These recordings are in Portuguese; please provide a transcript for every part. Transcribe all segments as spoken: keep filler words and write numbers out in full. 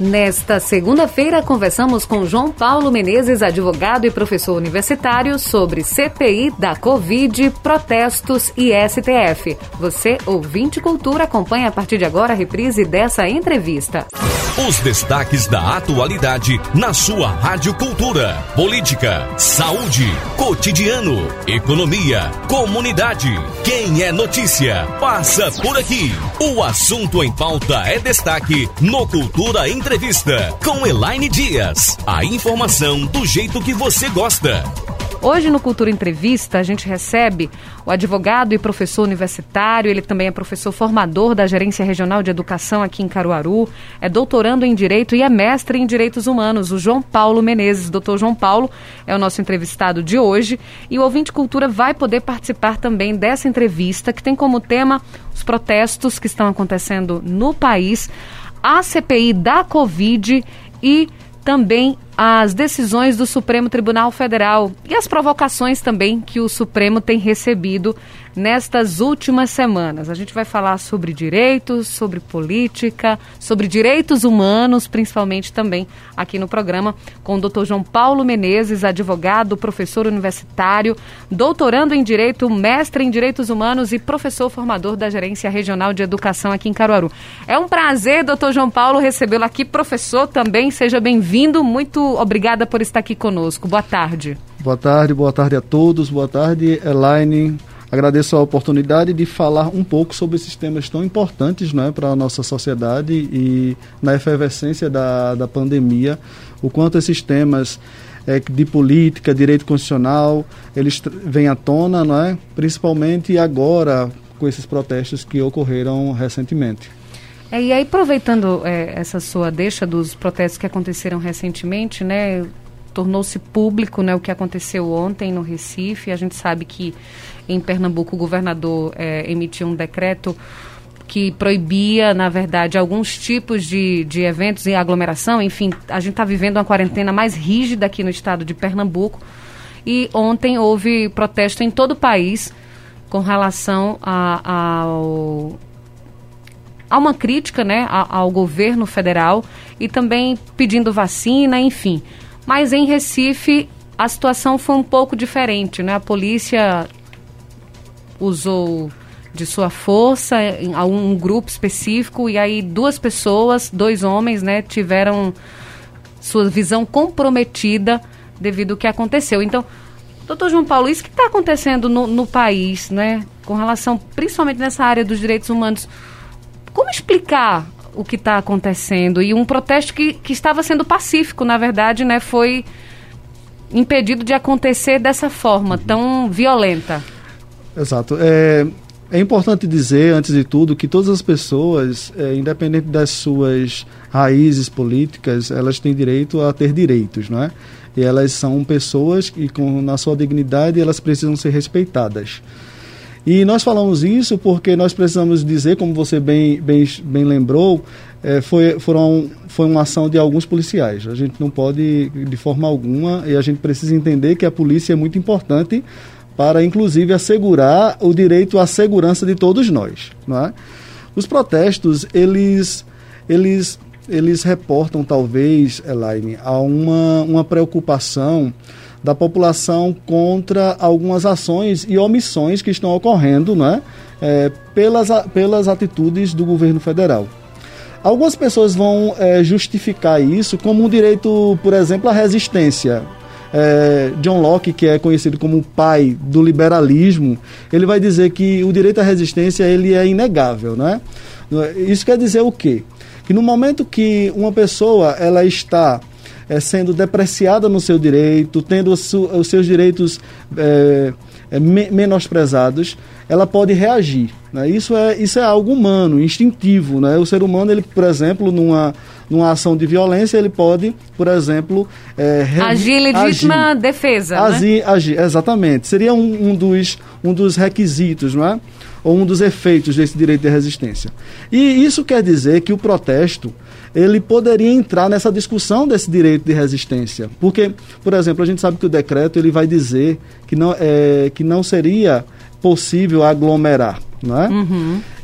Nesta segunda-feira, conversamos com João Paulo Menezes, advogado e professor universitário, sobre C P I da Covid, protestos e S T F. Você, ouvinte Cultura, acompanha a partir de agora a reprise dessa entrevista. Os destaques da atualidade na sua Rádio Cultura. Política, saúde, cotidiano, economia, comunidade. Quem é notícia, passa por aqui. O assunto em pauta é destaque no Cultura Entrevista, com Elaine Dias. A informação do jeito que você gosta. Hoje no Cultura Entrevista a gente recebe o advogado e professor universitário, ele também é professor formador da Gerência Regional de Educação aqui em Caruaru, é doutorando em Direito e é mestre em Direitos Humanos, o João Paulo Menezes. Doutor João Paulo é o nosso entrevistado de hoje e o ouvinte Cultura vai poder participar também dessa entrevista que tem como tema os protestos que estão acontecendo no país, a C P I da Covid e também as decisões do Supremo Tribunal Federal e as provocações também que o Supremo tem recebido nestas últimas semanas. A gente vai falar sobre direitos, sobre política, sobre direitos humanos, principalmente também aqui no programa, com o doutor João Paulo Menezes, advogado, professor universitário, doutorando em Direito, mestre em Direitos Humanos e professor formador da Gerência Regional de Educação aqui em Caruaru. É um prazer, doutor João Paulo, recebê-lo aqui, professor também. Seja bem-vindo, muito obrigada por estar aqui conosco. Boa tarde. Boa tarde, boa tarde a todos. Boa tarde, Elaine. Agradeço a oportunidade de falar um pouco sobre esses temas tão importantes, né, para a nossa sociedade e na efervescência da, da pandemia, o quanto esses temas é, de política, direito constitucional, eles vêm à tona, não é? Principalmente agora com esses protestos que ocorreram recentemente. É, e aí, aproveitando é, essa sua deixa dos protestos que aconteceram recentemente, né, tornou-se público, né, o que aconteceu ontem no Recife. A gente sabe que em Pernambuco o governador é, emitiu um decreto que proibia, na verdade, alguns tipos de, de eventos e aglomeração. Enfim, a gente está vivendo uma quarentena mais rígida aqui no estado de Pernambuco. E ontem houve protesto em todo o país com relação a, ao... Há uma crítica, né, ao governo federal e também pedindo vacina, enfim. Mas em Recife a situação foi um pouco diferente, né? A polícia usou de sua força em um grupo específico e aí duas pessoas, dois homens, né, tiveram sua visão comprometida devido ao que aconteceu. Então, doutor João Paulo, isso que está acontecendo no, no país, né, com relação principalmente nessa área dos direitos humanos, como explicar o que está acontecendo? E um protesto que, que estava sendo pacífico, na verdade, né, foi impedido de acontecer dessa forma tão violenta. Exato. É, é importante dizer, antes de tudo, que todas as pessoas, é, independente das suas raízes políticas, elas têm direito a ter direitos, não é? E elas são pessoas que, com, na sua dignidade, elas precisam ser respeitadas. E nós falamos isso porque nós precisamos dizer, como você bem, bem, bem lembrou, é, foi, foram, foi uma ação de alguns policiais. A gente não pode, de forma alguma, e a gente precisa entender que a polícia é muito importante para, inclusive, assegurar o direito à segurança de todos nós, não é? Os protestos, eles, eles, eles reportam, talvez, Elaine, a uma, uma preocupação da população contra algumas ações e omissões que estão ocorrendo, né, é, pelas, pelas atitudes do governo federal. Algumas pessoas vão é, justificar isso como um direito, por exemplo, à resistência. É, John Locke, que é conhecido como o pai do liberalismo, ele vai dizer que o direito à resistência ele é inegável, né? Isso quer dizer o quê? Que no momento que uma pessoa ela está É, sendo depreciada no seu direito, tendo os, os seus direitos é, é, me, menosprezados, ela pode reagir, né? Isso é, isso é algo humano, instintivo, né? O ser humano, ele, por exemplo, numa, numa ação de violência, ele pode, por exemplo... É, re, agir legítima agir, defesa, agir, né? Agir, exatamente. Seria um, um, dos, um dos requisitos, não é? Ou um dos efeitos desse direito de resistência. E isso quer dizer que o protesto ele poderia entrar nessa discussão desse direito de resistência. Porque, por exemplo, a gente sabe que o decreto ele vai dizer que não, é, que não seria possível aglomerar, não é? Uhum.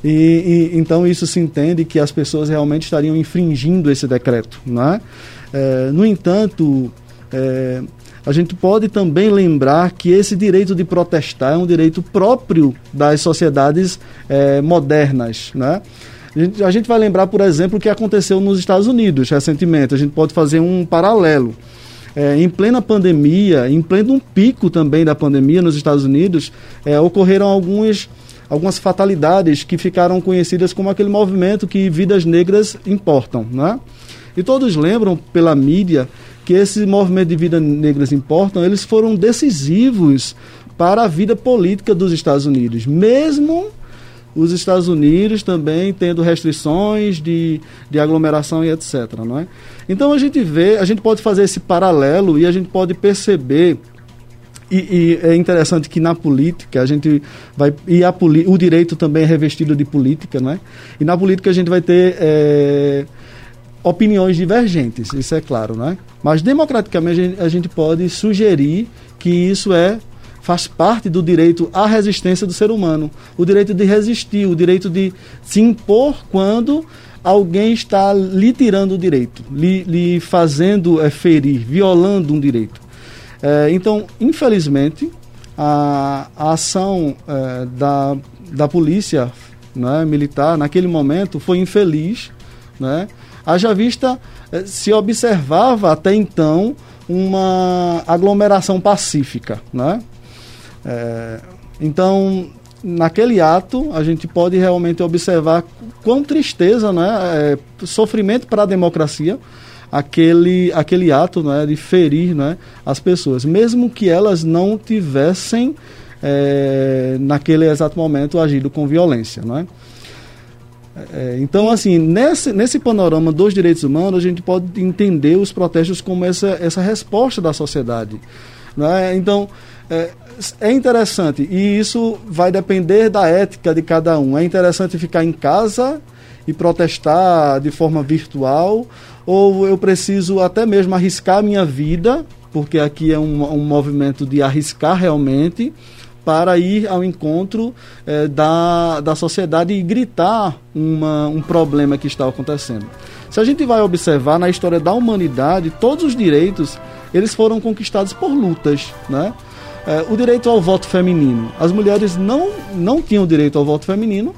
E, e, então isso se entende que as pessoas realmente estariam infringindo esse decreto, né? É, no entanto, é, a gente pode também lembrar que esse direito de protestar é um direito próprio das sociedades é, modernas, né? A gente, a gente vai lembrar, por exemplo, o que aconteceu nos Estados Unidos recentemente. A gente pode fazer um paralelo. É, em plena pandemia, em pleno um pico também da pandemia nos Estados Unidos, é, ocorreram alguns, algumas fatalidades que ficaram conhecidas como aquele movimento que vidas negras importam, né? E todos lembram pela mídia que esse movimento de vidas negras importam, eles foram decisivos para a vida política dos Estados Unidos, mesmo os Estados Unidos também tendo restrições de, de aglomeração e etcétera, não é? Então a gente vê, a gente pode fazer esse paralelo e a gente pode perceber, e, e é interessante que na política a gente vai, e a, o direito também é revestido de política, não é? E na política a gente vai ter é, opiniões divergentes, isso é claro, não é? Mas democraticamente a gente, a gente pode sugerir que isso é faz parte do direito à resistência do ser humano, o direito de resistir, o direito de se impor quando alguém está lhe tirando o direito, lhe, lhe fazendo é, ferir, violando um direito. É, então, infelizmente, a, a ação é, da, da polícia, né, militar naquele momento foi infeliz, né? Haja vista, é, se observava até então uma aglomeração pacífica, né? É, então, naquele ato, a gente pode realmente observar com tristeza, né, é, sofrimento para a democracia, aquele, aquele ato, né, de ferir, né, as pessoas, mesmo que elas não tivessem, é, naquele exato momento, agido com violência, né? É, então, assim, nesse, nesse panorama dos direitos humanos, a gente pode entender os protestos como essa, essa resposta da sociedade, né? Então, é, é interessante, e isso vai depender da ética de cada um. É interessante ficar em casa e protestar de forma virtual, ou eu preciso até mesmo arriscar a minha vida, porque aqui é um, um movimento de arriscar realmente, para ir ao encontro é, da, da sociedade e gritar uma, um problema que está acontecendo. Se a gente vai observar na história da humanidade, todos os direitos eles foram conquistados por lutas, né? É, o direito ao voto feminino. As mulheres não, não tinham direito ao voto feminino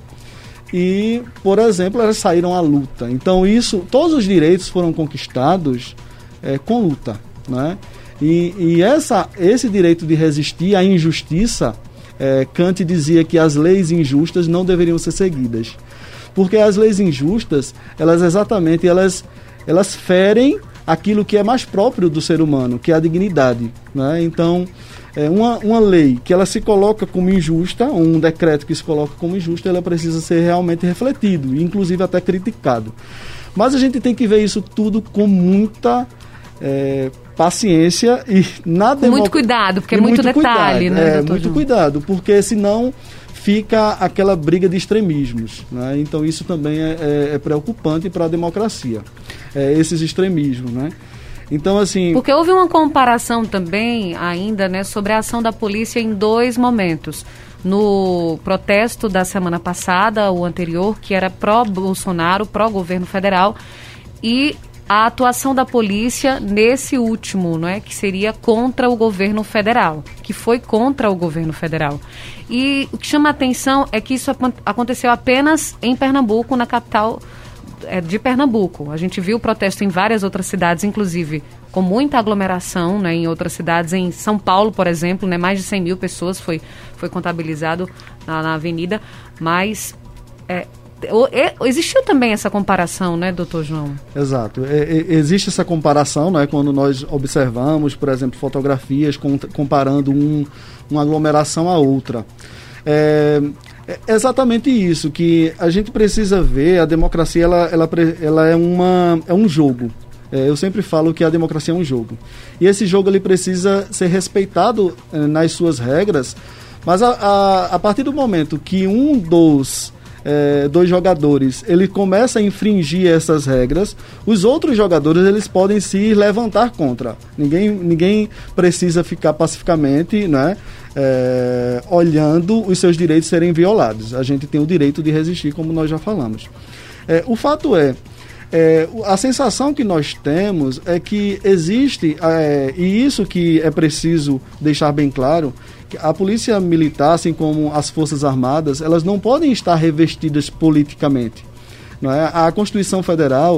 e, por exemplo, elas saíram à luta. Então, isso, todos os direitos foram conquistados é, com luta, né? E, e essa, esse direito de resistir à injustiça, é, Kant dizia que as leis injustas não deveriam ser seguidas. Porque as leis injustas, elas exatamente, elas, elas ferem aquilo que é mais próprio do ser humano, que é a dignidade, né? Então, é uma, uma lei que ela se coloca como injusta, um decreto que se coloca como injusto, ela precisa ser realmente refletido, inclusive até criticado. Mas a gente tem que ver isso tudo com muita é, paciência e na com democ... muito cuidado, porque é muito, muito detalhe, cuidado, né? É, muito João? Cuidado, porque senão fica aquela briga de extremismos, né? Então isso também é, é, é preocupante para a democracia, é, esses extremismos, né? Então, assim... Porque houve uma comparação também ainda, né, sobre a ação da polícia em dois momentos. No protesto da semana passada, o anterior, que era pró-Bolsonaro, pró-governo federal, e a atuação da polícia nesse último, não é, que seria contra o governo federal, que foi contra o governo federal. E o que chama a atenção é que isso aconteceu apenas em Pernambuco, na capital de Pernambuco. A gente viu o protesto em várias outras cidades, inclusive com muita aglomeração, né, em outras cidades. Em São Paulo, por exemplo, né, mais de cem mil pessoas foi, foi contabilizado na, na avenida, mas é, existiu também essa comparação, né, doutor João? Exato. É, é, existe essa comparação, né, quando nós observamos, por exemplo, fotografias com, comparando um, uma aglomeração a outra. É, é exatamente isso, que a gente precisa ver, a democracia ela, ela, ela é, uma, é um jogo. É, eu sempre falo que a democracia é um jogo. E esse jogo ele precisa ser respeitado é, nas suas regras, mas a, a, a partir do momento que um dos É, dois jogadores, ele começa a infringir essas regras, os outros jogadores eles podem se levantar contra. Ninguém, ninguém precisa ficar pacificamente, né, é, olhando os seus direitos serem violados. A gente tem o direito de resistir, como nós já falamos. É, o fato é, é, a sensação que nós temos é que existe, é, e isso que é preciso deixar bem claro, que a polícia militar, assim como as Forças Armadas, elas não podem estar revestidas politicamente. Não é? A Constituição Federal,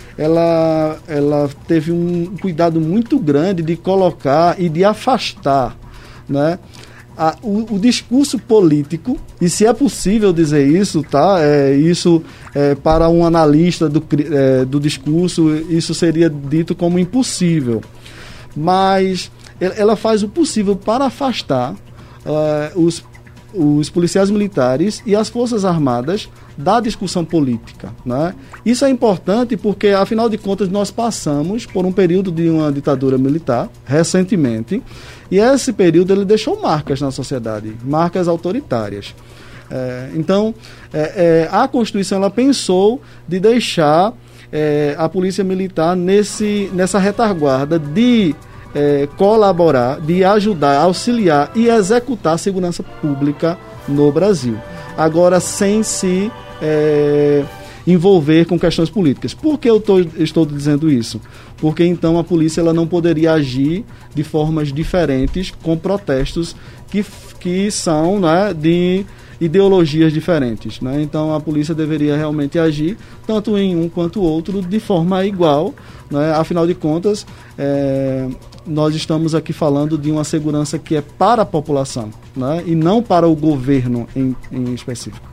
ela, ela teve um cuidado muito grande de colocar e de afastar, né, a, o, o discurso político, e se é possível dizer isso, tá? É, isso é, para um analista do, é, do discurso, isso seria dito como impossível. Mas ela faz o possível para afastar uh, os, os policiais militares e as Forças Armadas da discussão política, né? Isso é importante porque, afinal de contas, nós passamos por um período de uma ditadura militar, recentemente, e esse período ele deixou marcas na sociedade, marcas autoritárias. É, então, é, é, a Constituição ela pensou de deixar é, a Polícia Militar nesse, nessa retaguarda de é, colaborar, de ajudar, auxiliar e executar a segurança pública no Brasil. Agora, sem se é, envolver com questões políticas. Por que eu tô, estou dizendo isso? Porque então a polícia ela não poderia agir de formas diferentes com protestos que, que são, né, de ideologias diferentes, né? Então a polícia deveria realmente agir tanto em um quanto outro de forma igual, né? Afinal de contas, é, nós estamos aqui falando de uma segurança que é para a população, né? E não para o governo em, em específico.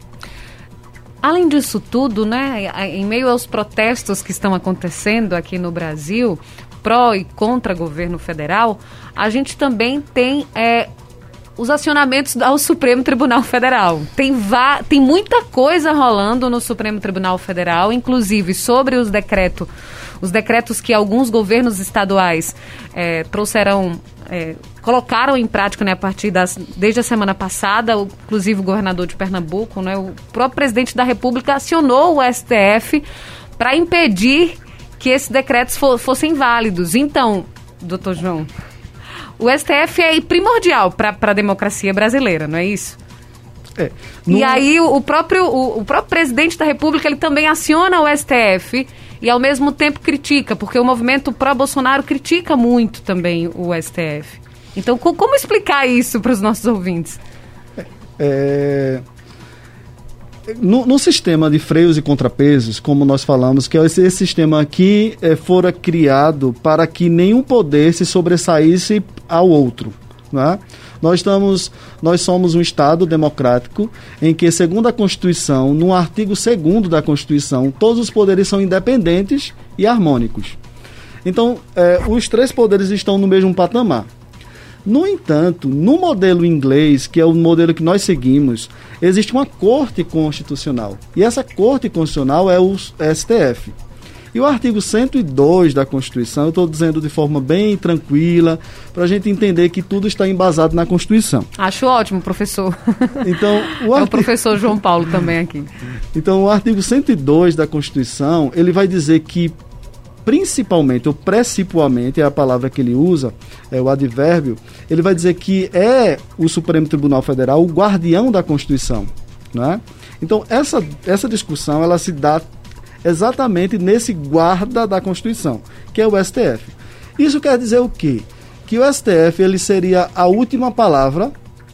Além disso tudo, né, em meio aos protestos que estão acontecendo aqui no Brasil, pró e contra governo federal, a gente também tem é, os acionamentos ao Supremo Tribunal Federal. Tem, va- tem muita coisa rolando no Supremo Tribunal Federal, inclusive sobre os decretos, os decretos que alguns governos estaduais é, trouxeram, é, colocaram em prática, né, a partir das, desde a semana passada, o, inclusive o governador de Pernambuco, né, o próprio presidente da República acionou o S T F para impedir que esses decretos fo- fossem válidos. Então, doutor João, o S T F é primordial para a democracia brasileira, não é isso? É, no... E aí o, o, próprio, o, o próprio presidente da República ele também aciona o S T F e ao mesmo tempo critica, porque o movimento pró-Bolsonaro critica muito também o S T F. Então, co- como explicar isso para os nossos ouvintes? É... No, no sistema de freios e contrapesos, como nós falamos, que esse, esse sistema aqui é, fora criado para que nenhum poder se sobressaísse ao outro, né? Nós, estamos, nós somos um Estado democrático em que, segundo a Constituição, no artigo segundo da Constituição, todos os poderes são independentes e harmônicos. Então, é, os três poderes estão no mesmo patamar. No entanto, no modelo inglês, que é o modelo que nós seguimos, existe uma Corte Constitucional. E essa Corte Constitucional é o S T F. E o artigo cento e dois da Constituição, eu estou dizendo de forma bem tranquila, para a gente entender que tudo está embasado na Constituição. Acho ótimo, professor. Então, o artigo... É o professor João Paulo também aqui. Então, o artigo cento e dois da Constituição, ele vai dizer que, principalmente, ou principalmente, é a palavra que ele usa, é o advérbio, ele vai dizer que é o Supremo Tribunal Federal o guardião da Constituição, né? Então, essa, essa discussão, ela se dá exatamente nesse guarda da Constituição, que é o S T F. Isso quer dizer o quê? Que o S T F ele seria a última palavra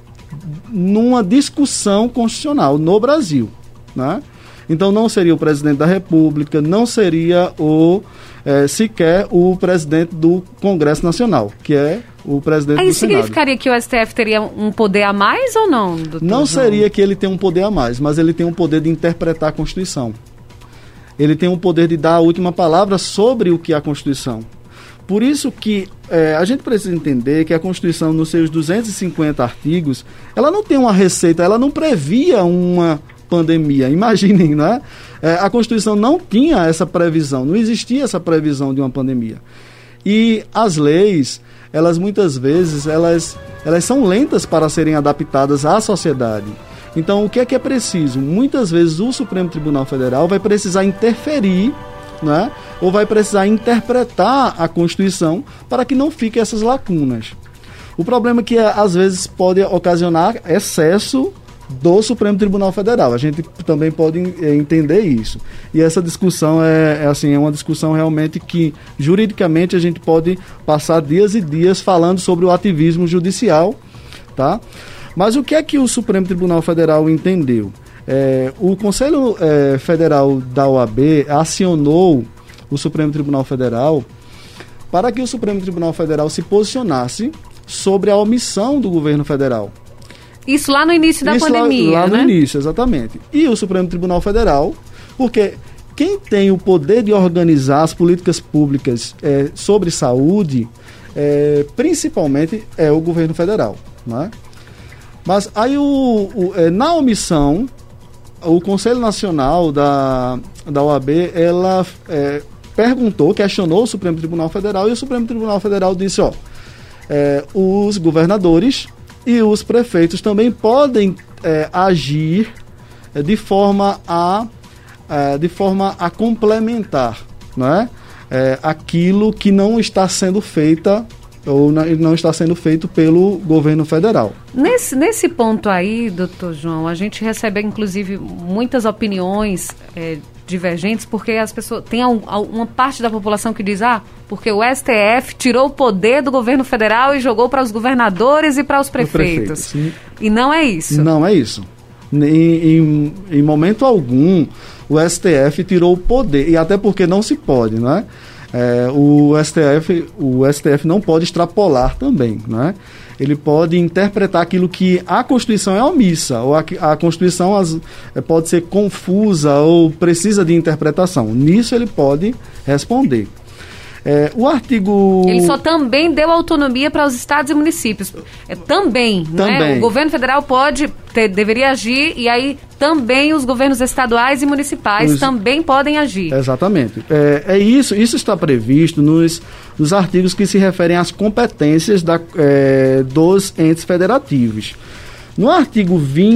numa discussão constitucional no Brasil, né? Então não seria o presidente da República, não seria o é, sequer o presidente do Congresso Nacional, que é o presidente Aí do Senado. Significaria que o S T F teria um poder a mais ou não, doutor Não João? seria que ele tem um poder a mais, mas ele tem um poder de interpretar a Constituição. Ele tem o poder de dar a última palavra sobre o que é a Constituição. Por isso que é, a gente precisa entender que a Constituição, nos seus duzentos e cinquenta artigos, ela não tem uma receita, ela não previa uma pandemia. Imaginem, né? É, a Constituição não tinha essa previsão, não existia essa previsão de uma pandemia. E as leis, elas muitas vezes, elas, elas são lentas para serem adaptadas à sociedade. Então, o que é que é preciso? Muitas vezes o Supremo Tribunal Federal vai precisar interferir, né? Ou vai precisar interpretar a Constituição para que não fiquem essas lacunas. O problema é que, às vezes, pode ocasionar excesso do Supremo Tribunal Federal. A gente também pode entender isso. E essa discussão é, é, assim, é uma discussão realmente que, juridicamente, a gente pode passar dias e dias falando sobre o ativismo judicial, tá? Mas o que é que o Supremo Tribunal Federal entendeu? É, o Conselho é, Federal da O A B acionou o Supremo Tribunal Federal para que o Supremo Tribunal Federal se posicionasse sobre a omissão do governo federal. Isso lá no início da Isso pandemia, lá, lá né? no início, exatamente. E o Supremo Tribunal Federal, porque quem tem o poder de organizar as políticas públicas é, sobre saúde, é, principalmente, é o governo federal, né? Mas aí, o, o, é, na omissão, o Conselho Nacional da, da O A B, ela é, perguntou, questionou o Supremo Tribunal Federal, e o Supremo Tribunal Federal disse, ó, é, os governadores e os prefeitos também podem é, agir é, de forma a é, de forma a complementar, né, é, aquilo que não está sendo feita ou não, não está sendo feito pelo governo federal. Nesse, nesse ponto aí, doutor João, a gente recebe inclusive muitas opiniões é, divergentes, porque as pessoas tem um, uma parte da população que diz, ah, porque o S T F tirou o poder do governo federal e jogou para os governadores e para os prefeitos. Prefeito, e não é isso. Não é isso. Em, em, em momento algum, o S T F tirou o poder, e até porque não se pode, não é? É, o S T F, o S T F não pode extrapolar também, né? Ele pode interpretar aquilo que a Constituição é omissa, ou a, a Constituição as, pode ser confusa ou precisa de interpretação. Nisso ele pode responder. É, o artigo... Ele só também deu autonomia para os estados e municípios. É, também, também. Né? O governo federal pode, ter, deveria agir, e aí também os governos estaduais e municipais os... também podem agir. Exatamente. É, é isso, isso está previsto nos, nos artigos que se referem às competências da, é, dos entes federativos. No artigo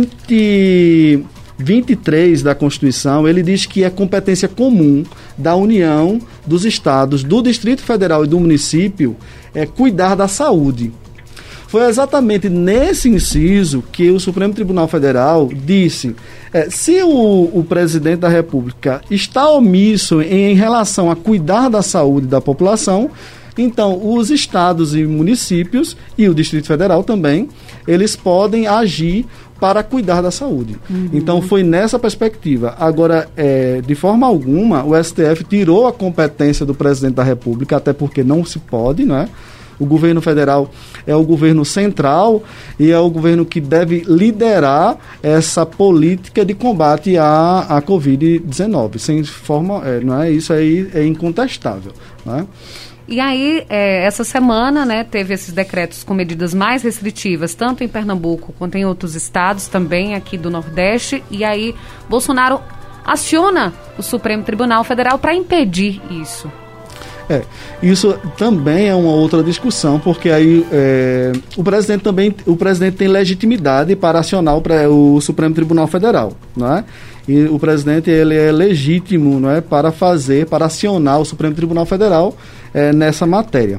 vinte... vinte e três da Constituição, ele diz que é competência comum da União, dos estados, do Distrito Federal e do município é cuidar da saúde. Foi exatamente nesse inciso que o Supremo Tribunal Federal disse, é, se o, o presidente da República está omisso em, em relação a cuidar da saúde da população, então os estados e municípios e o Distrito Federal também, eles podem agir para cuidar da saúde. Uhum. Então foi nessa perspectiva. Agora, é, de forma alguma, o S T F tirou a competência do presidente da República, até porque não se pode, né? O governo federal é o governo central e é o governo que deve liderar essa política de combate à, à covid dezenove. Sem forma, é, não é? Isso aí é incontestável, né? E aí, é, essa semana, né, teve esses decretos com medidas mais restritivas, tanto em Pernambuco quanto em outros estados, também aqui do Nordeste, e aí Bolsonaro aciona o Supremo Tribunal Federal para impedir isso. É, isso também é uma outra discussão, porque aí é, o presidente também, o presidente tem legitimidade para acionar o, o Supremo Tribunal Federal, não é? E o presidente, ele é legítimo, não é, para fazer, para acionar o Supremo Tribunal Federal é, nessa matéria.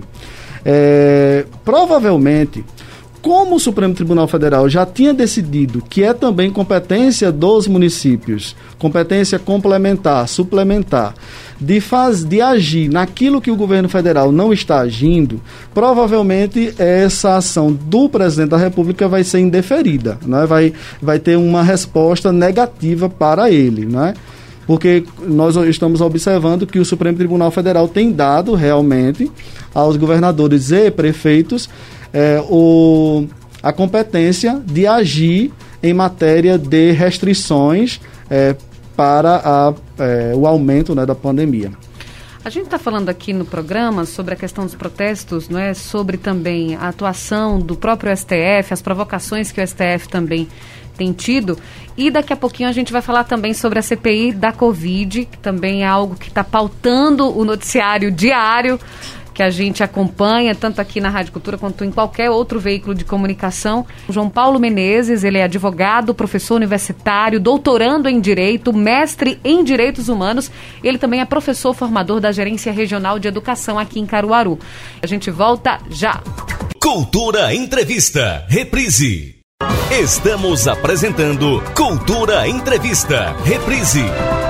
É, provavelmente, como o Supremo Tribunal Federal já tinha decidido que é também competência dos municípios, competência complementar, suplementar, de, faz, de agir naquilo que o governo federal não está agindo, provavelmente essa ação do presidente da República vai ser indeferida, né? vai, vai ter uma resposta negativa para ele, né? Porque nós estamos observando que o Supremo Tribunal Federal tem dado realmente aos governadores e prefeitos é, o, a competência de agir em matéria de restrições é, para a, é, o aumento, né, da pandemia. A gente está falando aqui no programa sobre a questão dos protestos, não é? Sobre também a atuação do próprio S T F, as provocações que o S T F também tem tido, e daqui a pouquinho a gente vai falar também sobre a C P I da Covid, que também é algo que está pautando o noticiário diário, que a gente acompanha, tanto aqui na Rádio Cultura quanto em qualquer outro veículo de comunicação. O João Paulo Menezes, ele é advogado, professor universitário, doutorando em Direito, mestre em Direitos Humanos. Ele também é professor formador da Gerência Regional de Educação aqui em Caruaru. A gente volta já. Cultura Entrevista, reprise. Estamos apresentando Cultura Entrevista, reprise.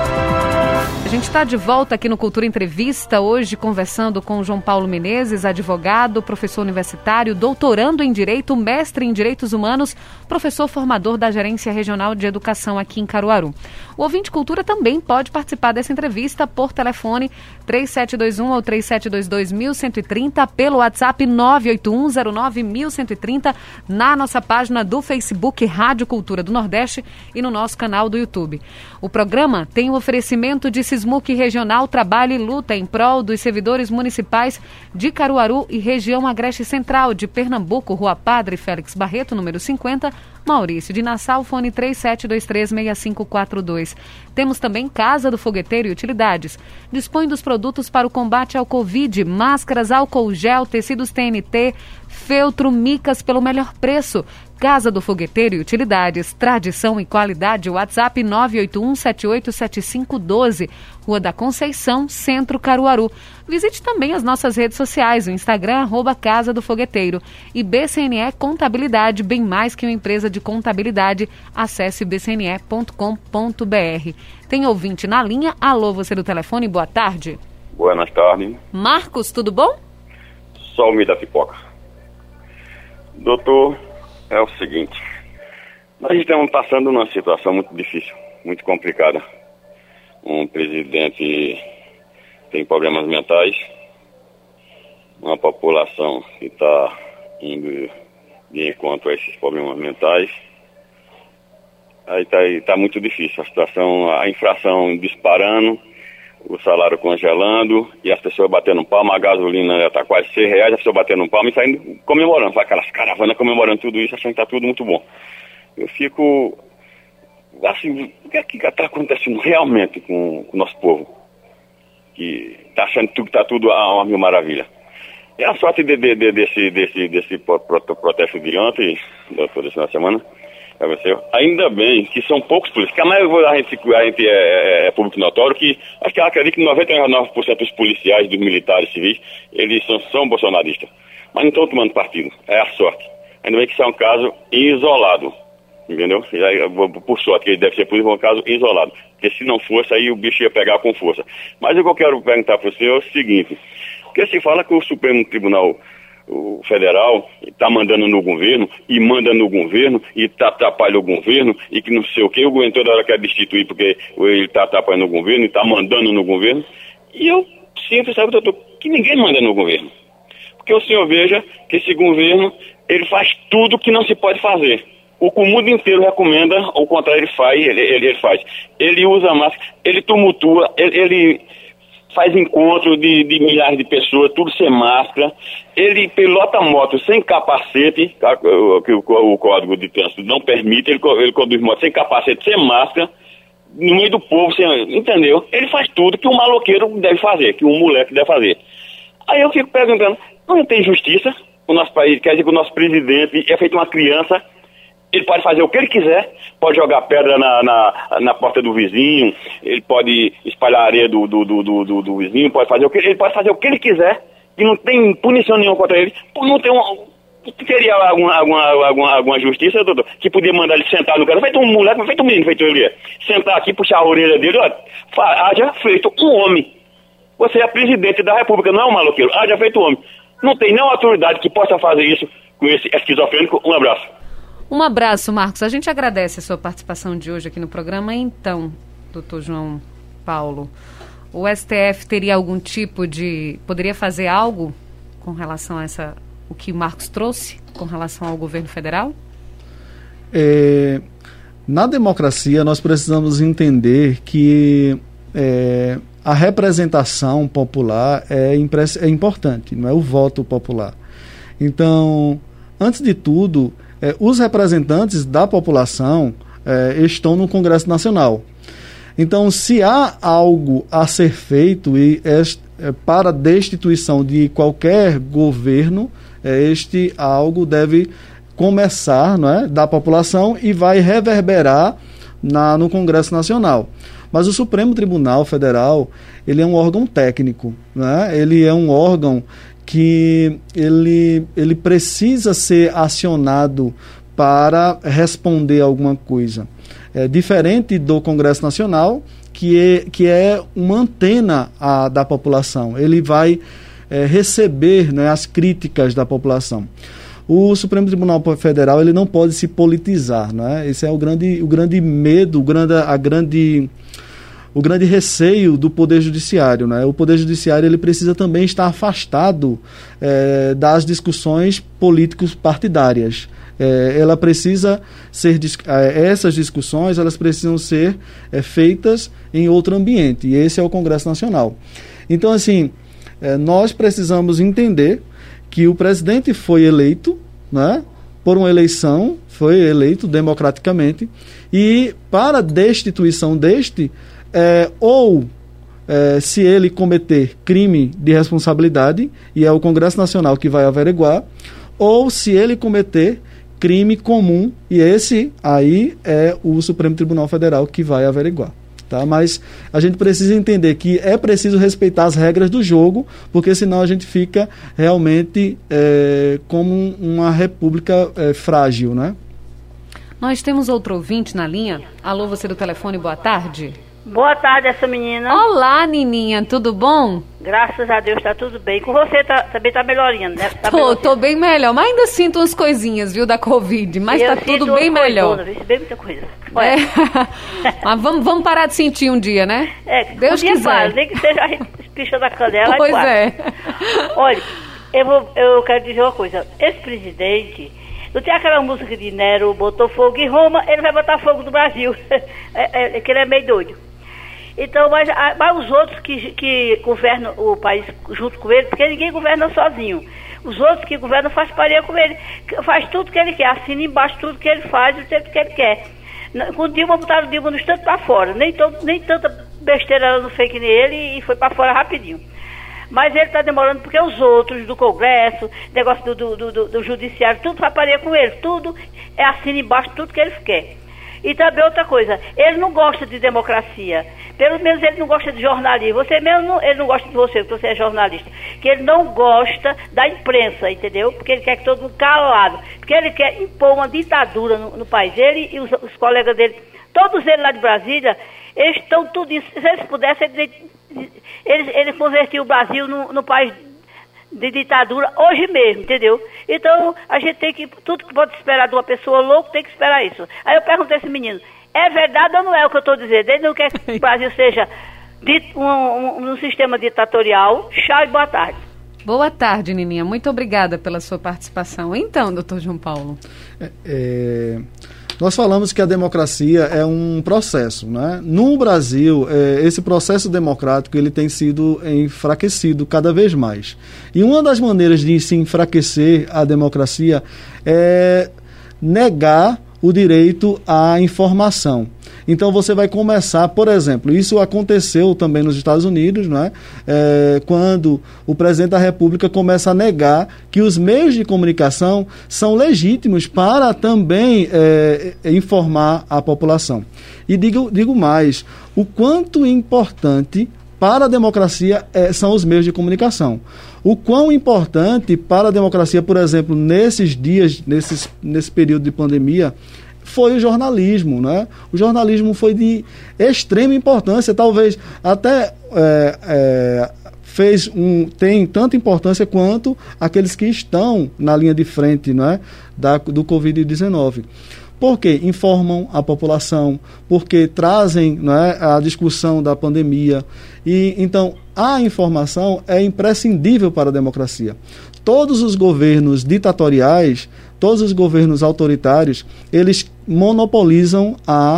A gente está de volta aqui no Cultura Entrevista, hoje conversando com o João Paulo Menezes, advogado, professor universitário, doutorando em Direito, mestre em Direitos Humanos, professor formador da Gerência Regional de Educação aqui em Caruaru. O ouvinte Cultura também pode participar dessa entrevista por telefone três sete dois um ou três sete dois dois, um um três zero, pelo WhatsApp nove oito um zero nove um um três zero, na nossa página do Facebook Rádio Cultura do Nordeste e no nosso canal do YouTube. O programa tem o oferecimento de Sismuc Regional Trabalho e Luta em prol dos servidores municipais de Caruaru e região Agreste Central de Pernambuco, Rua Padre Félix Barreto, número cinquenta, Maurício de Nassau, fone três sete dois três, seis cinco quatro dois. Temos também Casa do Fogueteiro e Utilidades. Dispõe dos produtos para o combate ao Covid, máscaras, álcool gel, tecidos T N T, feltro, micas pelo melhor preço. Casa do Fogueteiro e Utilidades, tradição e qualidade. WhatsApp nove oito um sete oito sete cinco um dois, Rua da Conceição, Centro Caruaru. Visite também as nossas redes sociais, o Instagram, arroba Casa do Fogueteiro. E B C N E Contabilidade, bem mais que uma empresa de contabilidade. Acesse b c n e ponto com ponto b r. Tem ouvinte na linha. Alô, você do telefone, boa tarde. Boa tarde. Marcos, tudo bom? Só o me da pipoca. Doutor, é o seguinte, nós estamos passando numa situação muito difícil, muito complicada. Um presidente tem problemas mentais, uma população que está indo de encontro a esses problemas mentais. Aí está tá muito difícil a situação, a inflação disparando, o salário congelando e as pessoas batendo palma, a gasolina já está quase seis reais, as pessoas batendo palma e saindo comemorando, vai aquelas caravanas comemorando tudo isso, achando que está tudo muito bom. Eu fico assim, o que é que está acontecendo realmente com, com o nosso povo? Que está achando que está tudo a uma mil maravilha. E a sorte de, de, de, desse, desse, desse protesto de ontem, doutor, desse final de semana, ainda bem que são poucos polícios, a maioria a gente, a gente é, é público notório, que acho que eu acredito que noventa e nove por cento dos policiais, dos militares civis, eles são, são bolsonaristas, mas não estão tomando partido, é a sorte. Ainda bem que isso é um caso isolado, entendeu? Por sorte, que ele deve ser por um caso isolado, porque se não fosse, aí o bicho ia pegar com força. Mas o que eu quero perguntar para você é o seguinte, porque se fala que o Supremo Tribunal o federal está mandando no governo e manda no governo e tá, atrapalha o governo e que não sei o que, o governo toda hora quer destituir porque ele está atrapalhando o governo e está mandando no governo. E eu sinto, sabe, doutor, que ninguém manda no governo. Porque o senhor veja que esse governo, ele faz tudo que não se pode fazer. O que o mundo inteiro recomenda, ao contrário, ele faz, ele, ele, ele faz. Ele usa máscara, ele tumultua, ele... ele faz encontro de, de milhares de pessoas, tudo sem máscara. Ele pilota moto sem capacete, que o, o, o Código de Trânsito não permite, ele, ele conduz moto sem capacete, sem máscara, no meio do povo, sem, entendeu? Ele faz tudo que um maloqueiro deve fazer, que um moleque deve fazer. Aí eu fico perguntando, não tem justiça? O nosso país, quer dizer que o nosso presidente é feito uma criança, ele pode fazer o que ele quiser, pode jogar pedra na, na, na porta do vizinho, ele pode espalhar areia do, do, do, do, do vizinho, pode fazer o que, ele pode fazer o que ele quiser, e não tem punição nenhuma contra ele, não tem uma, teria alguma, alguma, alguma, alguma justiça, doutor, que podia mandar ele sentar no cara, feito um moleque, feito um menino, feito ele, sentar aqui, puxar a orelha dele, ó, haja feito um homem. Você é presidente da República, não é um maloqueiro, haja feito um homem. Não tem nenhuma autoridade que possa fazer isso com esse esquizofrênico. Um abraço. Um abraço, Marcos. A gente agradece a sua participação de hoje aqui no programa. Então, doutor João Paulo, o S T F teria algum tipo de... poderia fazer algo com relação a essa, o que o Marcos trouxe, com relação ao governo federal? É, na democracia, nós precisamos entender que é, a representação popular é, impress, é importante, não é o voto popular. Então, antes de tudo... É, os representantes da população é, estão no Congresso Nacional. Então, se há algo a ser feito, e é, para a destituição de qualquer governo, é, este algo deve começar, não é, da população e vai reverberar na, no Congresso Nacional. Mas o Supremo Tribunal Federal, ele é um órgão técnico, né? Ele é um órgão que ele, ele precisa ser acionado para responder alguma coisa. É diferente do Congresso Nacional, que é, que é uma antena a, da população. Ele vai é, receber, né, as críticas da população. O Supremo Tribunal Federal, ele não pode se politizar, né? Esse é o grande, o grande medo, o grande, a grande, o grande receio do Poder Judiciário, né? O Poder Judiciário, ele precisa também estar afastado é, das discussões políticos partidárias. É, ela precisa ser, é, essas discussões, elas precisam ser é, feitas em outro ambiente, e esse é o Congresso Nacional. Então, assim, é, nós precisamos entender que o presidente foi eleito, né, por uma eleição, foi eleito democraticamente, e para a destituição deste, é, ou é, se ele cometer crime de responsabilidade, e é o Congresso Nacional que vai averiguar, ou se ele cometer crime comum, e esse aí é o Supremo Tribunal Federal que vai averiguar. Tá? Mas a gente precisa entender que é preciso respeitar as regras do jogo, porque senão a gente fica realmente é, como uma república é, frágil, né? Nós temos outro ouvinte na linha. Alô, você do telefone, boa tarde. Boa tarde, essa menina. Olá, Nininha, tudo bom? Graças a Deus, tá tudo bem. Com você tá, também tá melhorando, né? Tá tô, melhorando. tô bem melhor, mas ainda sinto umas coisinhas, viu, da Covid, mas eu tá tudo bem melhor. Eu sinto bem muita coisa. É. Mas vamos, vamos parar de sentir um dia, né? É, Deus um dia quiser. Para, nem que seja a gente pichando a canela. Pois é. Olha, eu, vou, eu quero dizer uma coisa. Esse presidente, não tem aquela música de Nero, botou fogo em Roma, ele vai botar fogo no Brasil. é, é, é que ele é meio doido. Então, mas, mas os outros que, que governam o país junto com ele, porque ninguém governa sozinho. Os outros que governam faz pareia com ele, faz tudo que ele quer, assina embaixo tudo que ele faz, o tempo que ele quer. Com o Dilma, botaram o Dilma no instante para fora, nem, todo, nem tanta besteira no fake nele e foi para fora rapidinho. Mas ele está demorando porque os outros do Congresso, negócio do, do, do, do Judiciário, tudo faz pareia com ele, tudo é assina embaixo tudo que ele quer. E também outra coisa, ele não gosta de democracia, pelo menos ele não gosta de jornalismo, você mesmo, não, ele não gosta de você, porque você é jornalista, que ele não gosta da imprensa, entendeu? Porque ele quer que todo mundo calado, porque ele quer impor uma ditadura no, no país, ele e os, os colegas dele, todos eles lá de Brasília, eles estão tudo isso, se eles pudessem, eles, eles, eles convertiam o Brasil no, no país de ditadura hoje mesmo, entendeu? Então, a gente tem que, tudo que pode esperar de uma pessoa louca, tem que esperar isso. Aí eu perguntei a esse menino, é verdade ou não é o que eu estou dizendo? Ele não quer que o Brasil seja dit, um, um, um sistema ditatorial. Tchau e boa tarde. Boa tarde, Nininha. Muito obrigada pela sua participação. Então, doutor João Paulo. É, é, nós falamos que a democracia é um processo, né? No Brasil, é, esse processo democrático ele tem sido enfraquecido cada vez mais. E uma das maneiras de se enfraquecer a democracia é negar o direito à informação. Então você vai começar, por exemplo, isso aconteceu também nos Estados Unidos, não é? É, quando o presidente da República começa a negar que os meios de comunicação são legítimos para também é, informar a população. E digo, digo mais, o quanto importante para a democracia é, são os meios de comunicação. O quão importante para a democracia, por exemplo, nesses dias, nesses, nesse período de pandemia, foi o jornalismo, né? O jornalismo foi de extrema importância, talvez até é, é, fez um, tem tanta importância quanto aqueles que estão na linha de frente, né, da, do covid dezenove. Porque informam a população, porque trazem, né, a discussão da pandemia. E então a informação é imprescindível para a democracia. Todos os governos ditatoriais, todos os governos autoritários, eles monopolizam a,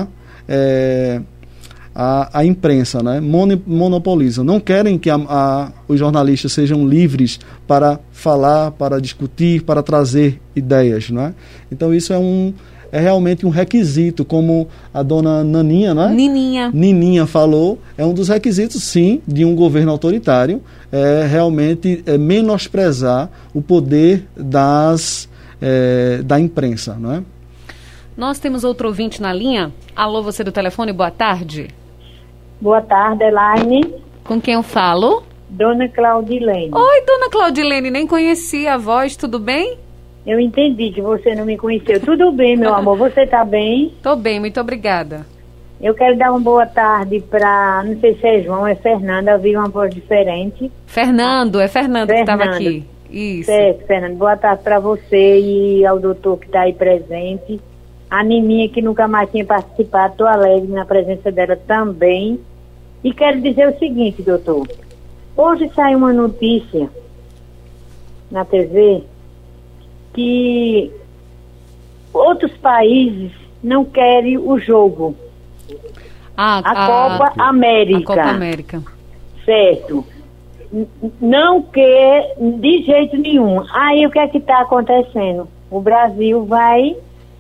é, a, a imprensa, né? Mon, monopolizam. Não querem que a, a, os jornalistas sejam livres para falar, para discutir, para trazer ideias, né? Então isso é um, é realmente um requisito, como a dona Naninha, né? Nininha. Nininha falou, é um dos requisitos, sim, de um governo autoritário, é realmente é, menosprezar o poder das, é, da imprensa, não é? Nós temos outro ouvinte na linha. Alô, você do telefone, boa tarde. Boa tarde, Elaine. Com quem eu falo? Dona Claudilene. Oi, dona Claudilene, nem conhecia a voz, tudo bem? Eu entendi que você não me conheceu. Tudo bem, meu amor, você tá bem? Tô bem, muito obrigada. Eu quero dar uma boa tarde para, não sei se é João, é Fernanda, eu vi uma voz diferente. Fernando, é Fernando, Fernando. que estava aqui. Isso. Certo, Fernando, boa tarde para você e ao doutor que está aí presente. A Nininha, que nunca mais tinha participado, estou alegre na presença dela também. E quero dizer o seguinte, doutor. Hoje saiu uma notícia na T V que outros países não querem o jogo. Ah, a, a Copa a, América. A Copa América. Certo. Não quer de jeito nenhum. Aí o que é que está acontecendo? O Brasil vai,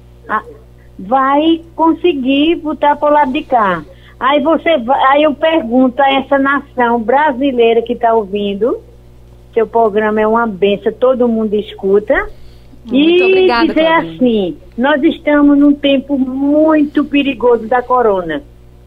vai conseguir botar para o lado de cá. Aí você vai, aí eu pergunto a essa nação brasileira que está ouvindo, seu programa é uma benção, todo mundo escuta. Muito e obrigada, dizer Claudine. assim, nós estamos num tempo muito perigoso da corona.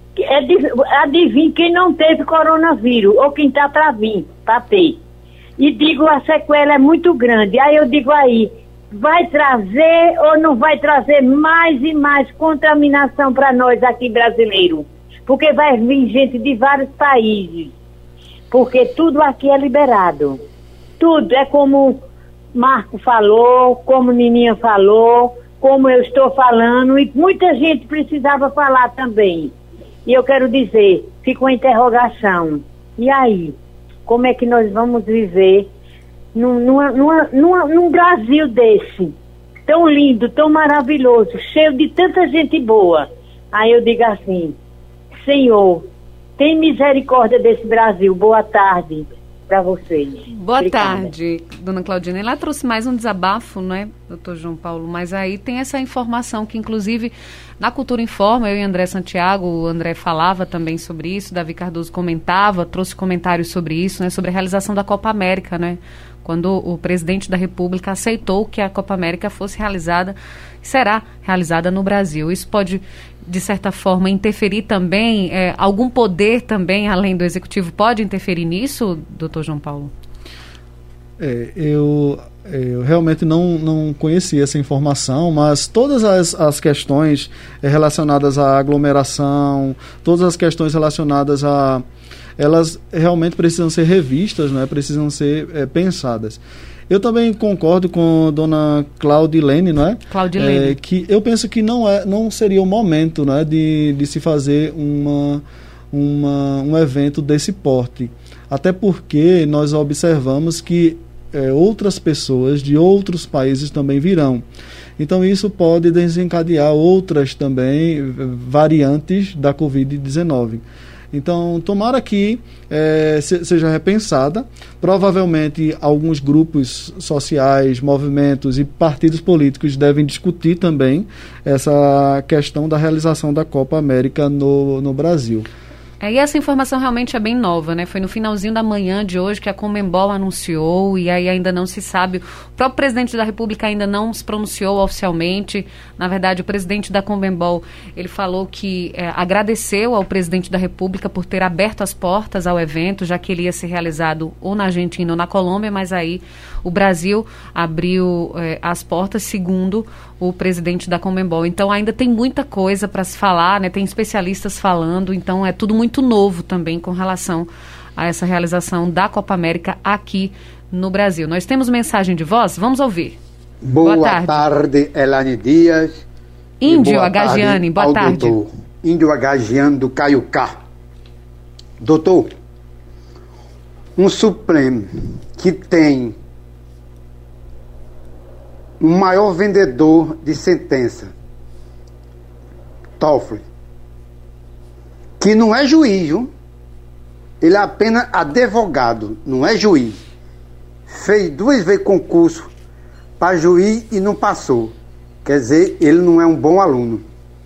Adivinhe quem não teve coronavírus, ou quem está para vir, para ter. E digo, a sequela é muito grande. Aí eu digo aí, vai trazer ou não vai trazer mais e mais contaminação para nós aqui brasileiros? Porque vai vir gente de vários países. Porque tudo aqui é liberado. Tudo é como Marco falou, como Nininha falou, como eu estou falando, e muita gente precisava falar também. E eu quero dizer, fica uma interrogação. E aí? Como é que nós vamos viver num, numa, numa, numa, num Brasil desse? Tão lindo, tão maravilhoso, cheio de tanta gente boa. Aí eu digo assim, Senhor, tem misericórdia desse Brasil. Boa tarde para vocês. Boa Obrigada. tarde, dona Claudine. Ela trouxe mais um desabafo, não é, doutor João Paulo? Mas aí tem essa informação que, inclusive, na Cultura Informa, eu e André Santiago, o André falava também sobre isso, Davi Cardoso comentava, trouxe comentários sobre isso, né, sobre a realização da Copa América, né? Quando o presidente da República aceitou que a Copa América fosse realizada, será realizada no Brasil. Isso pode, de certa forma, interferir também, é, algum poder também, além do Executivo, pode interferir nisso, doutor João Paulo? É, eu, eu realmente não, não conhecia essa informação, mas todas as, as questões relacionadas à aglomeração, todas as questões relacionadas a... elas realmente precisam ser revistas, né? Precisam ser é, pensadas. Eu também concordo com a dona Claudilene, não é? Claudilene. É, que eu penso que não, é, não seria o momento, né, de, de se fazer uma, uma, um evento desse porte. Até porque nós observamos que é, outras pessoas de outros países também virão. Então isso pode desencadear outras também variantes da covid dezenove. Então, tomara que é, se, seja repensada. Provavelmente, alguns grupos sociais, movimentos e partidos políticos devem discutir também essa questão da realização da Copa América no, no Brasil. É, e essa informação realmente é bem nova, né? Foi no finalzinho da manhã de hoje que a Conmebol anunciou, e aí ainda não se sabe. O próprio presidente da República ainda não se pronunciou oficialmente. Na verdade, o presidente da Conmebol, ele falou que é, agradeceu ao presidente da República por ter aberto as portas ao evento, já que ele ia ser realizado ou na Argentina ou na Colômbia, mas aí o Brasil abriu é, as portas, segundo o presidente da Conmebol. Então ainda tem muita coisa para se falar, né? Tem especialistas falando, então é tudo muito novo também com relação a essa realização da Copa América aqui no Brasil. Nós temos mensagem de voz? Vamos ouvir. Boa, boa tarde. tarde, Elane Dias. Índio Agagiane, boa tarde. Doutor. Índio Agagiane do Caiucá. Doutor, um Supremo que tem o maior vendedor de sentença, Toffoli, que não é juiz, viu? Ele é apenas advogado, não é juiz. Fez duas vezes concurso para juiz e não passou. Quer dizer, ele não é um bom aluno.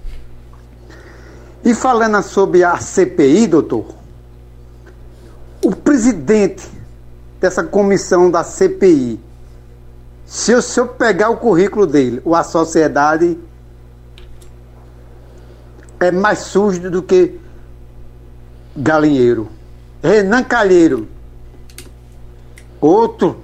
E falando sobre a C P I, doutor, o presidente dessa comissão da C P I, se o senhor pegar o currículo dele, ou a sociedade, é mais sujo do que galinheiro. Renan Calheiro, outro.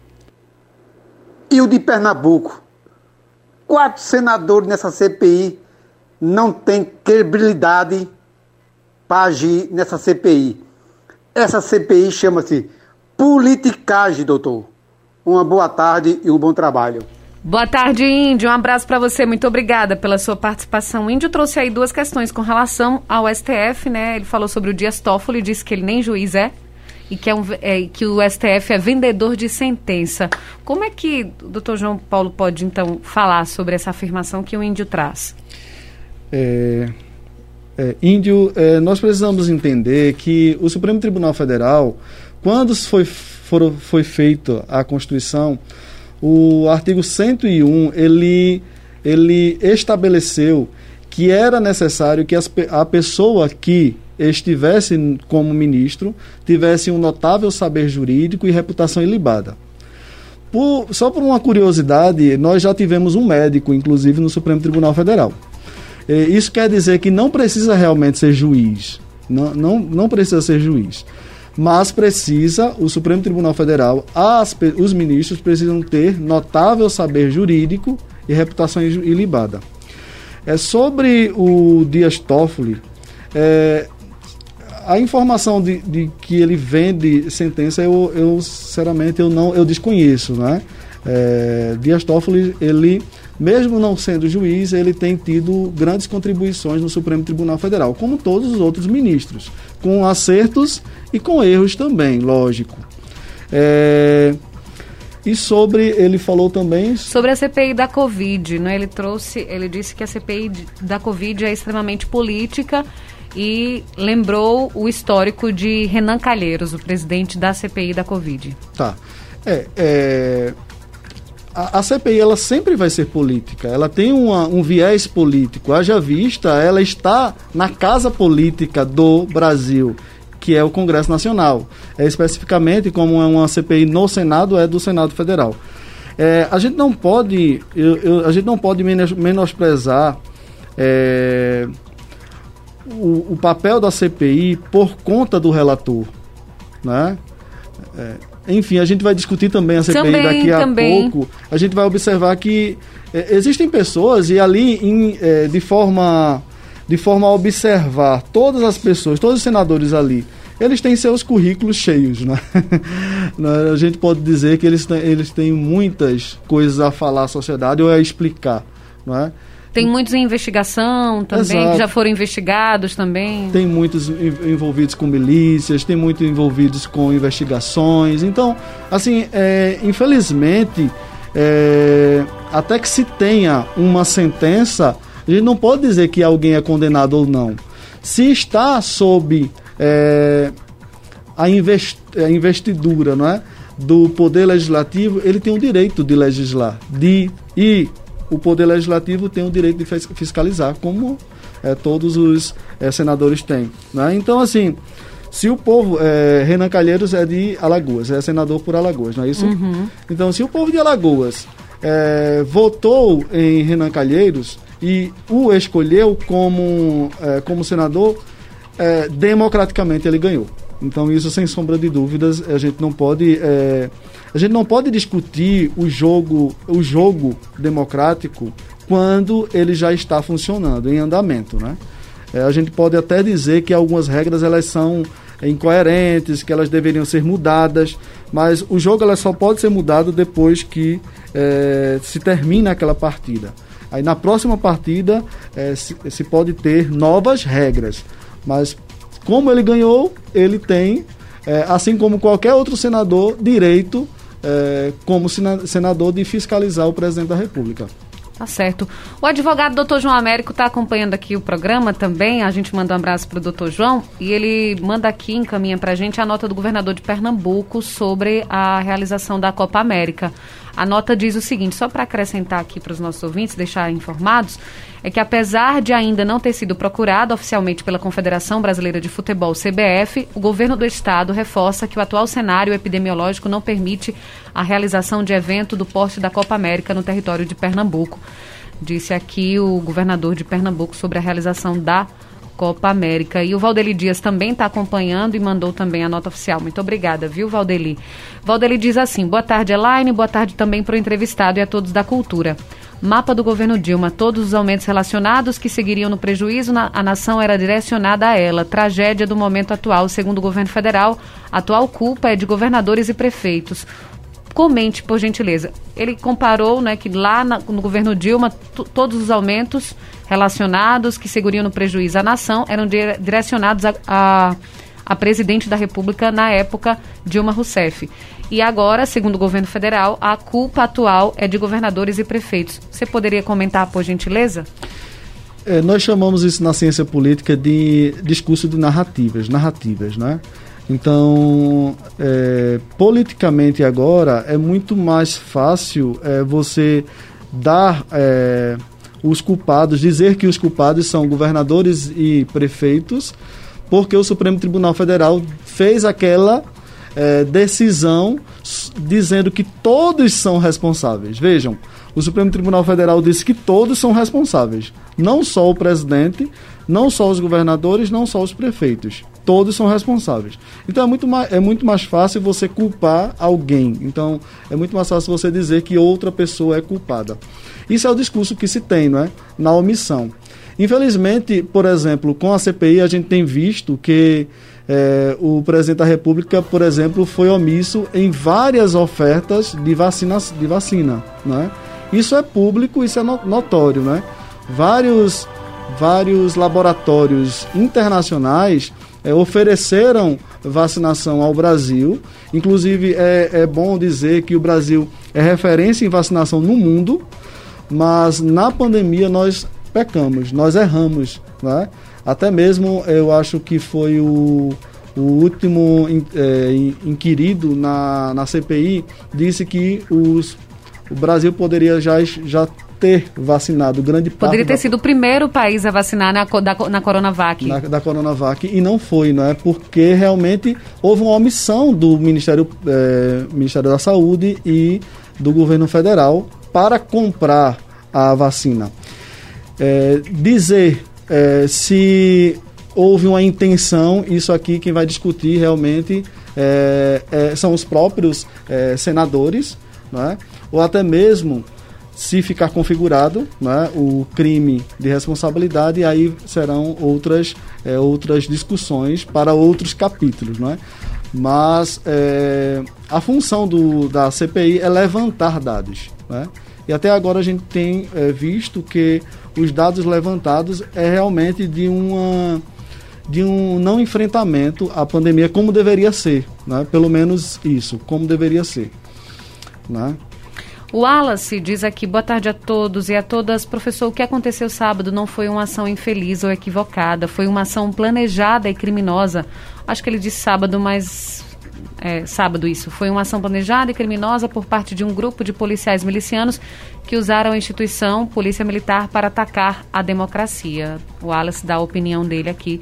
E o de Pernambuco. Quatro senadores nessa C P I não têm credibilidade para agir nessa C P I. Essa C P I chama-se politicagem, doutor. Uma boa tarde e um bom trabalho. Boa tarde, Índio. Um abraço para você. Muito obrigada pela sua participação. O Índio trouxe aí duas questões com relação ao S T F, né? Ele falou sobre o Dias Toffoli, disse que ele nem juiz é e que, é um, é, que o S T F é vendedor de sentença. Como é que o doutor João Paulo pode, então, falar sobre essa afirmação que o Índio traz? É, é, Índio, é, nós precisamos entender que o Supremo Tribunal Federal, quando foi, for, foi feita a Constituição, o artigo cento e um, ele, ele estabeleceu que era necessário que as, a pessoa que estivesse como ministro tivesse um notável saber jurídico e reputação ilibada. Por, só por uma curiosidade, nós já tivemos um médico, inclusive, no Supremo Tribunal Federal. E isso quer dizer que não precisa realmente ser juiz. Não, não, não precisa ser juiz. Mas precisa, o Supremo Tribunal Federal, as, os ministros precisam ter notável saber jurídico e reputação ilibada. É, sobre o Dias Toffoli, é, a informação de, de que ele vende sentença, eu, eu sinceramente eu não, eu desconheço, né? É, Dias Toffoli, ele, mesmo não sendo juiz, ele tem tido grandes contribuições no Supremo Tribunal Federal, como todos os outros ministros, com acertos e com erros também, lógico. É, e sobre, ele falou também... Sobre a C P I da Covid, né? Ele trouxe, ele disse que a C P I da Covid é extremamente política e lembrou o histórico de Renan Calheiros, o presidente da C P I da Covid. Tá. É... é... A, a C P I, ela sempre vai ser política, ela tem uma, um viés político, haja vista, ela está na casa política do Brasil, que é o Congresso Nacional, é, especificamente como é uma C P I no Senado, é do Senado Federal. É, a gente não pode, eu, eu, a gente não pode menosprezar é, o, o papel da C P I por conta do relator, né? É, Enfim, a gente vai discutir também a C P I também, daqui a também. pouco. A gente vai observar que é, existem pessoas e ali em, é, de, forma, de forma a observar todas as pessoas, todos os senadores ali, eles têm seus currículos cheios, né? A gente pode dizer que eles têm, eles têm muitas coisas a falar à sociedade ou a explicar, não é? Tem muitos em investigação também, Exato. que já foram investigados também. Tem muitos envolvidos com milícias, tem muitos envolvidos com investigações. Então, assim, é, infelizmente, é, até que se tenha uma sentença, a gente não pode dizer que alguém é condenado ou não. Se está sob é, a, invest, a investidura, não é, do Poder Legislativo, ele tem o direito de legislar, de ir. O Poder Legislativo tem o direito de fiscalizar, como é, todos os é, senadores têm, né? Então, assim, se o povo... É, Renan Calheiros é de Alagoas, é senador por Alagoas, não é isso? Uhum. Então, se o povo de Alagoas é, votou em Renan Calheiros e o escolheu como, é, como senador, é, democraticamente ele ganhou. Então, isso, sem sombra de dúvidas, a gente não pode... É, A gente não pode discutir o jogo, o jogo democrático quando ele já está funcionando, em andamento, né? É, a gente pode até dizer que algumas regras elas são incoerentes, que elas deveriam ser mudadas, mas o jogo ela só pode ser mudado depois que é, se termina aquela partida. Aí na próxima partida é, se, se pode ter novas regras, mas como ele ganhou, ele tem, é, assim como qualquer outro senador, direito É, como senador de fiscalizar o presidente da República. Tá certo. O advogado doutor João Américo está acompanhando aqui o programa também. A gente manda um abraço para o doutor João e ele manda aqui, encaminha para a gente a nota do governador de Pernambuco sobre a realização da Copa América. A nota diz o seguinte, só para acrescentar aqui para os nossos ouvintes, deixar informados, é que apesar de ainda não ter sido procurado oficialmente pela Confederação Brasileira de Futebol, C B F, o governo do estado reforça que o atual cenário epidemiológico não permite a realização de evento do porte da Copa América no território de Pernambuco. Disse aqui o governador de Pernambuco sobre a realização da Copa América. E o Valdeli Dias também está acompanhando e mandou também a nota oficial. Muito obrigada, viu, Valdeli? Valdeli diz assim, boa tarde, Elaine, boa tarde também para o entrevistado e a todos da cultura. Mapa do governo Dilma, todos os aumentos relacionados que seguiriam no prejuízo, na, a nação era direcionada a ela. Tragédia do momento atual, segundo o governo federal, a atual culpa é de governadores e prefeitos. Comente, por gentileza. Ele comparou, né, que lá na, no governo Dilma, t- todos os aumentos relacionados que seguriam no prejuízo à nação eram dire- direcionados a, a, a presidente da República na época, Dilma Rousseff. E agora, segundo o governo federal, a culpa atual é de governadores e prefeitos. Você poderia comentar, por gentileza? É, nós chamamos isso na ciência política de discurso de narrativas, narrativas, né? Então, é, politicamente agora, é muito mais fácil é, você dar é, os culpados, dizer que os culpados são governadores e prefeitos, porque o Supremo Tribunal Federal fez aquela é, decisão dizendo que todos são responsáveis. Vejam, o Supremo Tribunal Federal disse que todos são responsáveis, não só o presidente, não só os governadores, não só os prefeitos. Todos são responsáveis. Então é muito, mais, é muito mais fácil você culpar alguém. Então é muito mais fácil você dizer que outra pessoa é culpada. Isso é o discurso que se tem, não é? Na omissão. Infelizmente, por exemplo, com a C P I a gente tem visto que é, o presidente da República, por exemplo, foi omisso em várias ofertas de vacina, de vacina, não é? Isso é público, isso é notório, né? Vários, vários laboratórios internacionais É, ofereceram vacinação ao Brasil. Inclusive, é, é bom dizer que o Brasil é referência em vacinação no mundo, mas na pandemia nós pecamos, nós erramos, né? Até mesmo eu acho que foi o, o último é, inquirido na, na C P I, disse que os, o Brasil poderia já, já ter vacinado grande parte... Poderia ter da, sido o primeiro país a vacinar na, da, na Coronavac. Na, da Coronavac, e não foi, não é? Porque realmente houve uma omissão do Ministério, é, Ministério da Saúde e do governo federal para comprar a vacina. É, dizer é, se houve uma intenção, isso aqui quem vai discutir realmente é, é, são os próprios é, senadores, não é? Ou até mesmo... se ficar configurado, né, o crime de responsabilidade, aí serão outras, é, outras discussões para outros capítulos, né? Mas é, a função do, da C P I é levantar dados, né? E até agora a gente tem é, visto que os dados levantados é realmente de, uma, de um não enfrentamento à pandemia como deveria ser, né? Pelo menos isso, como deveria ser, né? O Wallace diz aqui, boa tarde a todos e a todas. Professor, o que aconteceu sábado não foi uma ação infeliz ou equivocada, foi uma ação planejada e criminosa. Acho que ele disse sábado, mas... É, sábado isso. Foi uma ação planejada e criminosa por parte de um grupo de policiais milicianos que usaram a instituição Polícia Militar para atacar a democracia. O Wallace dá a opinião dele aqui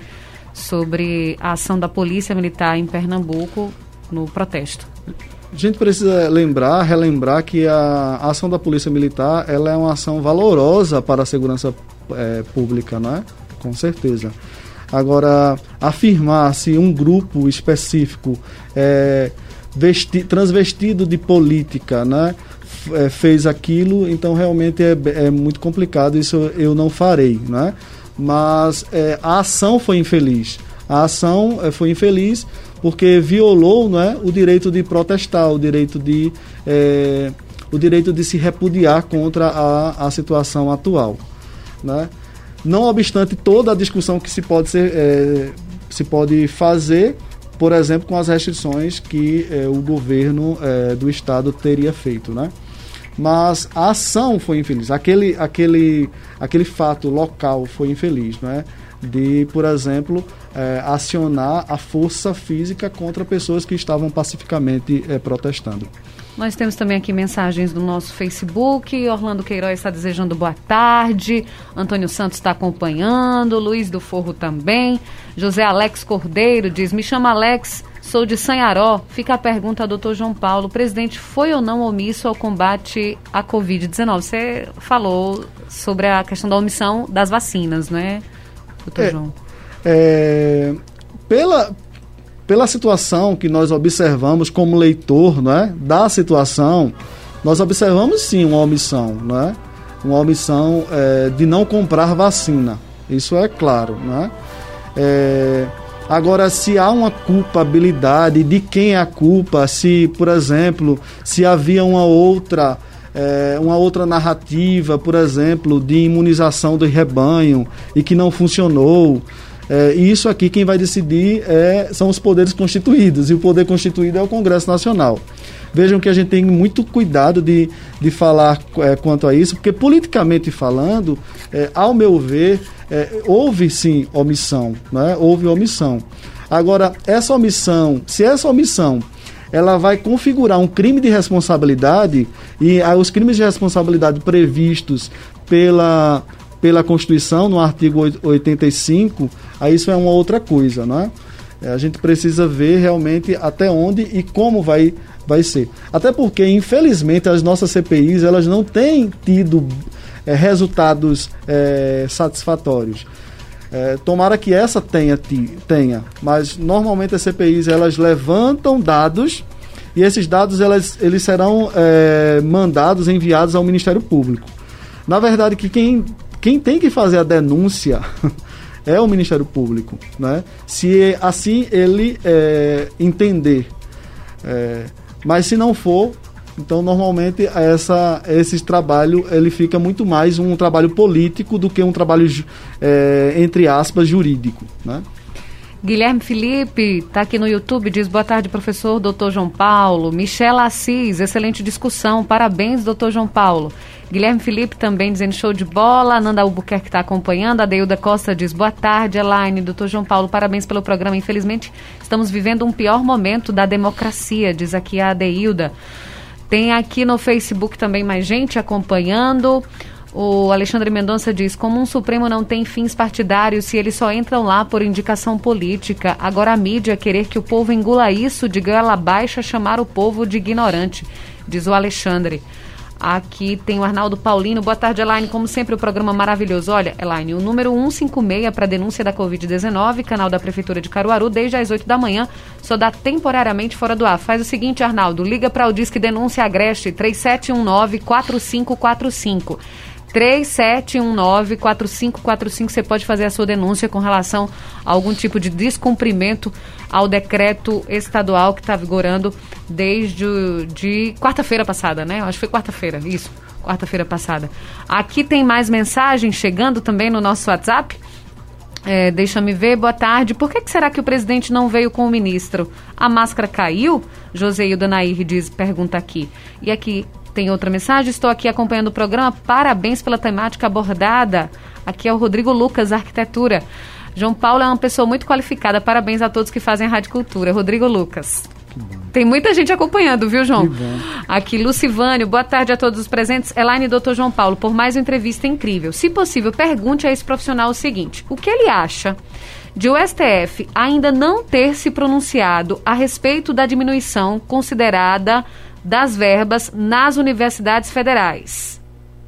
sobre a ação da Polícia Militar em Pernambuco no protesto. A gente precisa lembrar, relembrar que a ação da Polícia Militar ela é uma ação valorosa para a segurança é, pública, não é? Com certeza. Agora, afirmar se um grupo específico é, vesti, transvestido de política, né, é, fez aquilo, então realmente é, é muito complicado, isso eu não farei, né? Mas é, a ação foi infeliz. A ação é, foi infeliz porque violou, não é, o direito de protestar, o direito de, é, o direito de se repudiar contra a, a situação atual, né? Não obstante toda a discussão que se pode, ser, é, se pode fazer, por exemplo, com as restrições que é, o governo é, do estado teria feito, né? mas a ação foi infeliz. Aquele, aquele, aquele fato local foi infeliz, não é? De, por exemplo, é, acionar a força física contra pessoas que estavam pacificamente é, protestando. Nós temos também aqui mensagens do nosso Facebook. Orlando Queiroz está desejando boa tarde. Antônio Santos está acompanhando. Luiz do Forro também. José Alex Cordeiro diz: me chama Alex, sou de Sanharó. Fica a pergunta ao doutor João Paulo: o presidente foi ou não omisso ao combate à covid dezenove? Você falou sobre a questão da omissão das vacinas, não é, doutor é, João? É, pela... Pela situação que nós observamos como leitor, não é, da situação, nós observamos sim uma omissão, não é? Uma omissão é, de não comprar vacina. Isso é claro, não é? É, agora, se há uma culpabilidade, de quem é a culpa, se, por exemplo, se havia uma outra, é, uma outra narrativa, por exemplo, de imunização do rebanho e que não funcionou. É, e isso aqui quem vai decidir é, são os poderes constituídos, e o poder constituído é o Congresso Nacional. Vejam que a gente tem muito cuidado de, de falar é, quanto a isso, porque politicamente falando, é, ao meu ver, é, houve sim omissão, né? Houve omissão. Agora, essa omissão, se essa omissão ela vai configurar um crime de responsabilidade, e ah, os crimes de responsabilidade previstos pela... pela Constituição, no artigo oitenta e cinco, aí isso é uma outra coisa, não é? É, a gente precisa ver realmente até onde e como vai, vai ser. Até porque, infelizmente, as nossas C P Is, elas não têm tido é, resultados é, satisfatórios. É, tomara que essa tenha, tenha, mas normalmente as C P Is, elas levantam dados e esses dados elas, eles serão é, mandados, enviados ao Ministério Público. Na verdade, que quem Quem tem que fazer a denúncia é o Ministério Público, né? Se assim ele é, entender. É, mas se não for, então normalmente essa, esse trabalho ele fica muito mais um trabalho político do que um trabalho, é, entre aspas, jurídico, né? Guilherme Felipe está aqui no YouTube, diz: boa tarde, professor doutor João Paulo. Michela Assis, excelente discussão, parabéns, doutor João Paulo. Guilherme Felipe também dizendo show de bola. Nanda Albuquerque está acompanhando. A Deilda Costa diz: boa tarde, Elaine, doutor João Paulo, parabéns pelo programa. Infelizmente, estamos vivendo um pior momento da democracia, diz aqui a Deilda. Tem aqui no Facebook também mais gente acompanhando. O Alexandre Mendonça diz: como um Supremo não tem fins partidários se eles só entram lá por indicação política, agora a mídia querer que o povo engula isso de goela baixa, chamar o povo de ignorante, diz o Alexandre. Aqui tem o Arnaldo Paulino. Boa tarde, Elaine. Como sempre, o programa maravilhoso. Olha, Elaine, o número cento e cinquenta e seis para denúncia da covid dezenove, canal da Prefeitura de Caruaru, desde as oito da manhã, só dá temporariamente fora do ar. Faz o seguinte, Arnaldo, liga para o Disque Denúncia Agreste, três sete um nove, quatro cinco quatro cinco. três sete um nove, quatro cinco quatro cinco. Você pode fazer a sua denúncia com relação a algum tipo de descumprimento ao decreto estadual que está vigorando desde de quarta-feira passada, né? Acho que foi quarta-feira, isso, quarta-feira passada. Aqui tem mais mensagens chegando também no nosso WhatsApp. É, deixa-me ver, boa tarde. Por que, que será que o presidente não veio com o ministro? A máscara caiu? Joseilda Nair diz, pergunta aqui. E aqui tem outra mensagem: estou aqui acompanhando o programa, parabéns pela temática abordada. Aqui é o Rodrigo Lucas, Arquitetura. João Paulo é uma pessoa muito qualificada, parabéns a todos que fazem a Rádio Cultura. Rodrigo Lucas. Tem muita gente acompanhando, viu, João? Aqui, Lucivânio, boa tarde a todos os presentes. Elaine e doutor João Paulo, por mais uma entrevista incrível. Se possível, pergunte a esse profissional o seguinte: o que ele acha de o S T F ainda não ter se pronunciado a respeito da diminuição considerada das verbas nas universidades federais?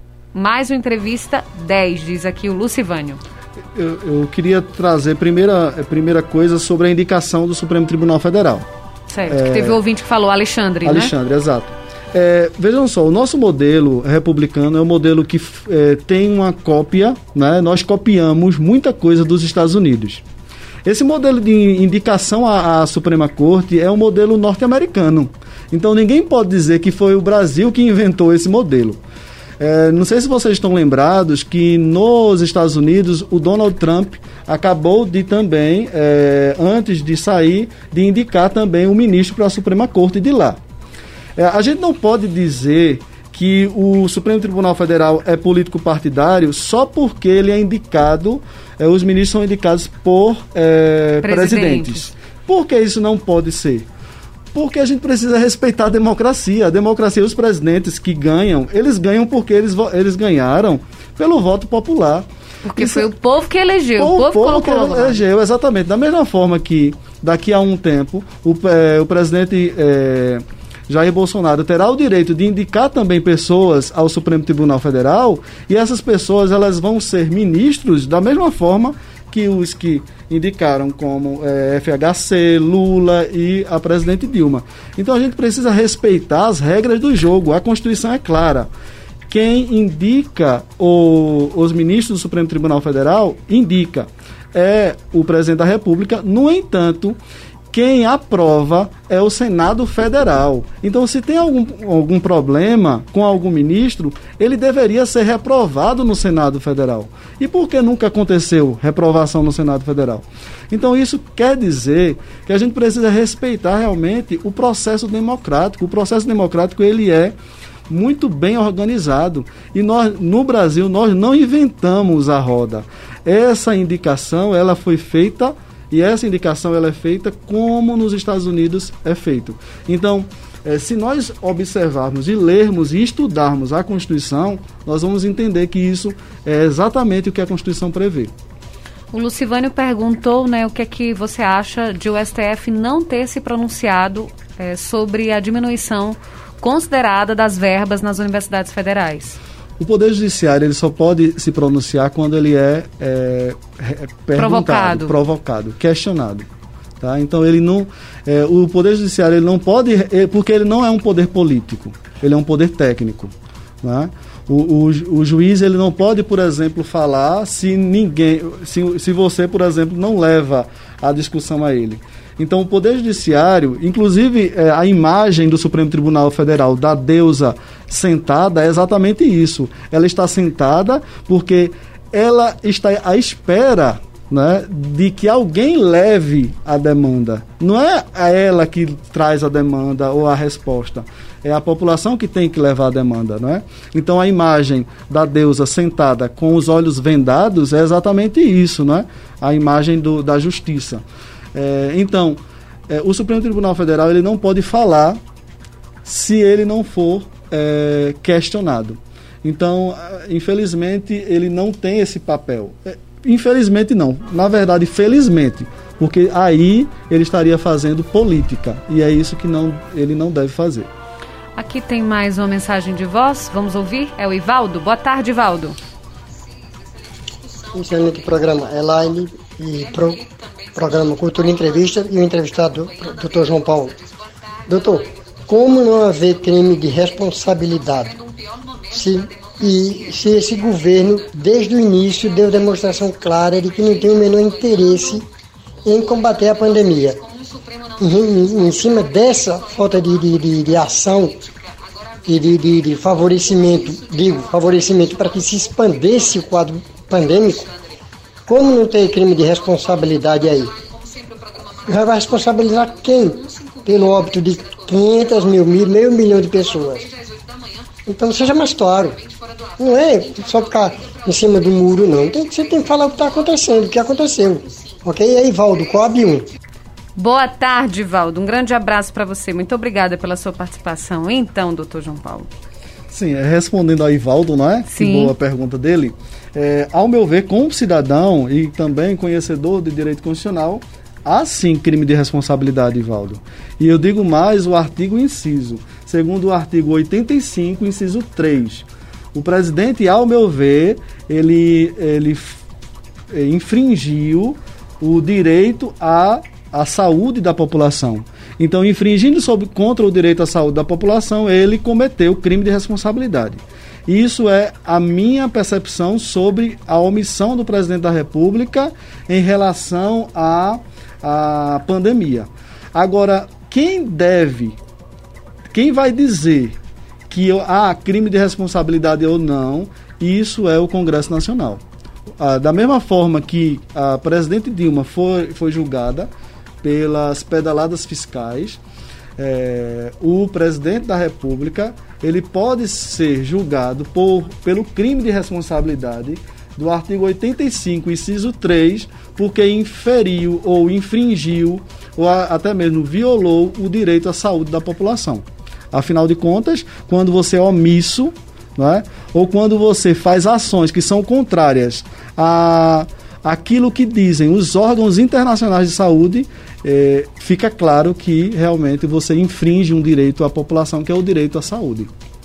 Mais uma entrevista dez, diz aqui o Lucivânio. Eu, eu queria trazer primeira, primeira coisa sobre a indicação do Supremo Tribunal Federal. Certo, é, que teve um ouvinte que falou, Alexandre, Alexandre, né? exato. É, vejam só, o nosso modelo republicano é um modelo que é, tem uma cópia, né? Nós copiamos muita coisa dos Estados Unidos. Esse modelo de indicação à, à Suprema Corte é um modelo norte-americano. Então ninguém pode dizer que foi o Brasil que inventou esse modelo. É, não sei se vocês estão lembrados que nos Estados Unidos o Donald Trump acabou de também, é, antes de sair, de indicar também o ministro para a Suprema Corte de lá. É, a gente não pode dizer que o Supremo Tribunal Federal é político partidário só porque ele é indicado, é, os ministros são indicados por é, presidentes. Por que isso não pode ser? Porque a gente precisa respeitar a democracia. A democracia, os presidentes que ganham, eles ganham porque eles, eles ganharam pelo voto popular. Porque isso, foi o povo que elegeu, o, o povo, povo que colocou elegeu, exatamente. Da mesma forma que daqui a um tempo o, é, o presidente é, Jair Bolsonaro terá o direito de indicar também pessoas ao Supremo Tribunal Federal, e essas pessoas elas vão ser ministros da mesma forma que os que indicaram como é, F H C, Lula e a presidente Dilma. Então a gente precisa respeitar as regras do jogo. A Constituição é clara. Quem indica o, os ministros do Supremo Tribunal Federal, indica, é o presidente da República. No entanto, quem aprova é o Senado Federal. Então, se tem algum, algum problema com algum ministro, ele deveria ser reprovado no Senado Federal. E por que nunca aconteceu reprovação no Senado Federal? Então, isso quer dizer que a gente precisa respeitar realmente o processo democrático. O processo democrático, ele é muito bem organizado. E nós, no Brasil, nós não inventamos a roda. Essa indicação, ela foi feita... E essa indicação ela é feita como nos Estados Unidos é feito. Então, eh, se nós observarmos e lermos e estudarmos a Constituição, nós vamos entender que isso é exatamente o que a Constituição prevê. O Lucivânio perguntou, né, o que é que você acha de o S T F não ter se pronunciado eh, sobre a diminuição considerada das verbas nas universidades federais. O Poder Judiciário ele só pode se pronunciar quando ele é, é, é perguntado, provocado. provocado, questionado. Tá? Então, ele não, é, o Poder Judiciário ele não pode, é, porque ele não é um poder político, ele é um poder técnico. Né? O, o, o juiz ele não pode, por exemplo, falar se ninguém, se, se você, por exemplo, não leva a discussão a ele. Então, o Poder Judiciário, inclusive é, a imagem do Supremo Tribunal Federal da deusa sentada é exatamente isso. Ela está sentada porque ela está à espera, né, de que alguém leve a demanda. Não é a ela que traz a demanda ou a resposta. É a população que tem que levar a demanda, não é? Então, a imagem da deusa sentada com os olhos vendados é exatamente isso, não é? A imagem do, da justiça. É, então, é, o Supremo Tribunal Federal ele não pode falar se ele não for é, questionado. Então, infelizmente, ele não tem esse papel. É, infelizmente não, na verdade, felizmente, porque aí ele estaria fazendo política, e é isso que não, ele não deve fazer. Aqui tem mais uma mensagem de voz, vamos ouvir? É o Ivaldo. Boa tarde, Ivaldo. Excelente programa, Elaine, e pro, programa Cultura Entrevista, e o entrevistado, doutor João Paulo. Doutor, como não haver crime de responsabilidade se, e se esse governo, desde o início, deu demonstração clara de que não tem o menor interesse em combater a pandemia? Em, em cima dessa falta de, de, de, de ação e de, de, de favorecimento, digo, favorecimento para que se expandesse o quadro pandêmico, como não tem crime de responsabilidade aí? Já vai responsabilizar quem pelo óbito de quinhentos mil, meio milhão de pessoas? Então seja mais claro. Não é só ficar em cima do muro, não. Tem, você tem que falar o que está acontecendo, o que aconteceu. Ok? E aí, Valdo, Coab um. Boa tarde, Valdo. Um grande abraço para você. Muito obrigada pela sua participação. Então, doutor João Paulo. Sim, respondendo a Ivaldo, não é? Sim. Que boa pergunta dele. É, ao meu ver, como cidadão e também conhecedor de direito constitucional, há sim crime de responsabilidade, Ivaldo. E eu digo mais o artigo inciso. Segundo o artigo oitenta e cinco, inciso três. O presidente, ao meu ver, ele, ele infringiu o direito à, à saúde da população. Então, infringindo sobre, contra o direito à saúde da população, ele cometeu crime de responsabilidade. Isso é a minha percepção sobre a omissão do presidente da República em relação à, à pandemia. Agora, quem deve, quem vai dizer que há ah, crime de responsabilidade ou não, isso é o Congresso Nacional. Ah, da mesma forma que a presidente Dilma foi, foi julgada pelas pedaladas fiscais, É, o presidente da República, ele pode ser julgado por, pelo crime de responsabilidade do artigo oitenta e cinco, inciso três, porque inferiu ou infringiu ou a, até mesmo violou o direito à saúde da população. Afinal de contas, quando você é omisso, não é? Ou quando você faz ações que são contrárias a aquilo que dizem os órgãos internacionais de saúde, é, fica claro que realmente você infringe um direito à população, que é o direito à saúde.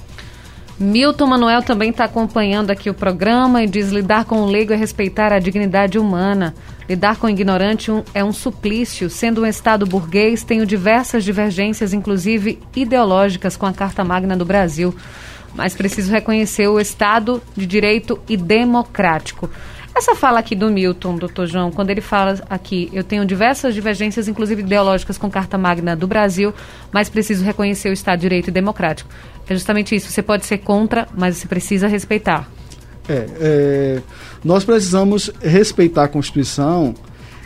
Milton Manuel também está acompanhando aqui o programa e diz: lidar com o leigo é respeitar a dignidade humana. Lidar com o ignorante um, é um suplício. Sendo um Estado burguês, tenho diversas divergências, inclusive ideológicas, com a Carta Magna do Brasil. Mas preciso reconhecer o Estado de direito e democrático. Essa fala aqui do Milton, doutor João, quando ele fala aqui, eu tenho diversas divergências, inclusive ideológicas, com Carta Magna do Brasil, mas preciso reconhecer o Estado de Direito e Democrático. É justamente isso, você pode ser contra, mas você precisa respeitar. É, é nós precisamos respeitar a Constituição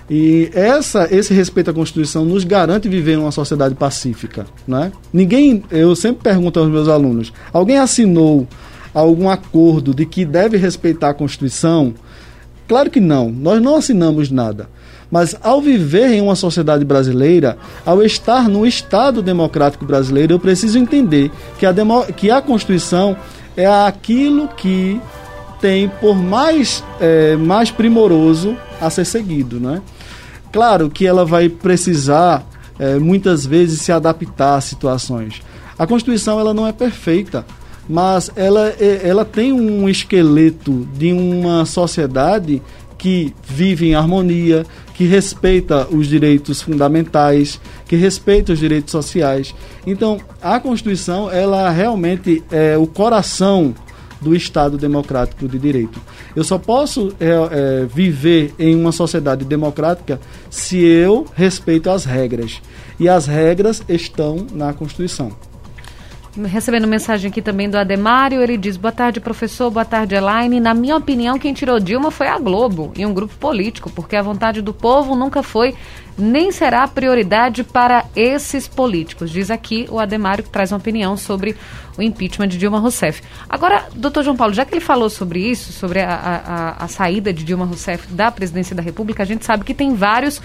e essa, esse respeito à Constituição nos garante viver em uma sociedade pacífica, né? Ninguém, eu sempre pergunto aos meus alunos, alguém assinou algum acordo de que deve respeitar a Constituição? Claro que não, nós não assinamos nada. Mas ao viver em uma sociedade brasileira, ao estar no Estado democrático brasileiro, eu preciso entender que a, demo, que a Constituição é aquilo que tem por mais, é, mais primoroso a ser seguido, né? Claro que ela vai precisar, é, muitas vezes, se adaptar a situações. A Constituição ela não é perfeita, mas ela, ela tem um esqueleto de uma sociedade que vive em harmonia, que respeita os direitos fundamentais, que respeita os direitos sociais. Então, a Constituição, ela realmente é o coração do Estado democrático de direito. Eu só posso é, é, viver em uma sociedade democrática se eu respeito as regras. E as regras estão na Constituição. Recebendo mensagem aqui também do Ademário, ele diz: boa tarde, professor, boa tarde, Elaine. Na minha opinião, quem tirou Dilma foi a Globo e um grupo político, porque a vontade do povo nunca foi nem será prioridade para esses políticos. Diz aqui o Ademário, que traz uma opinião sobre o impeachment de Dilma Rousseff. Agora, doutor João Paulo, já que ele falou sobre isso, sobre a, a, a saída de Dilma Rousseff da presidência da República, a gente sabe que tem vários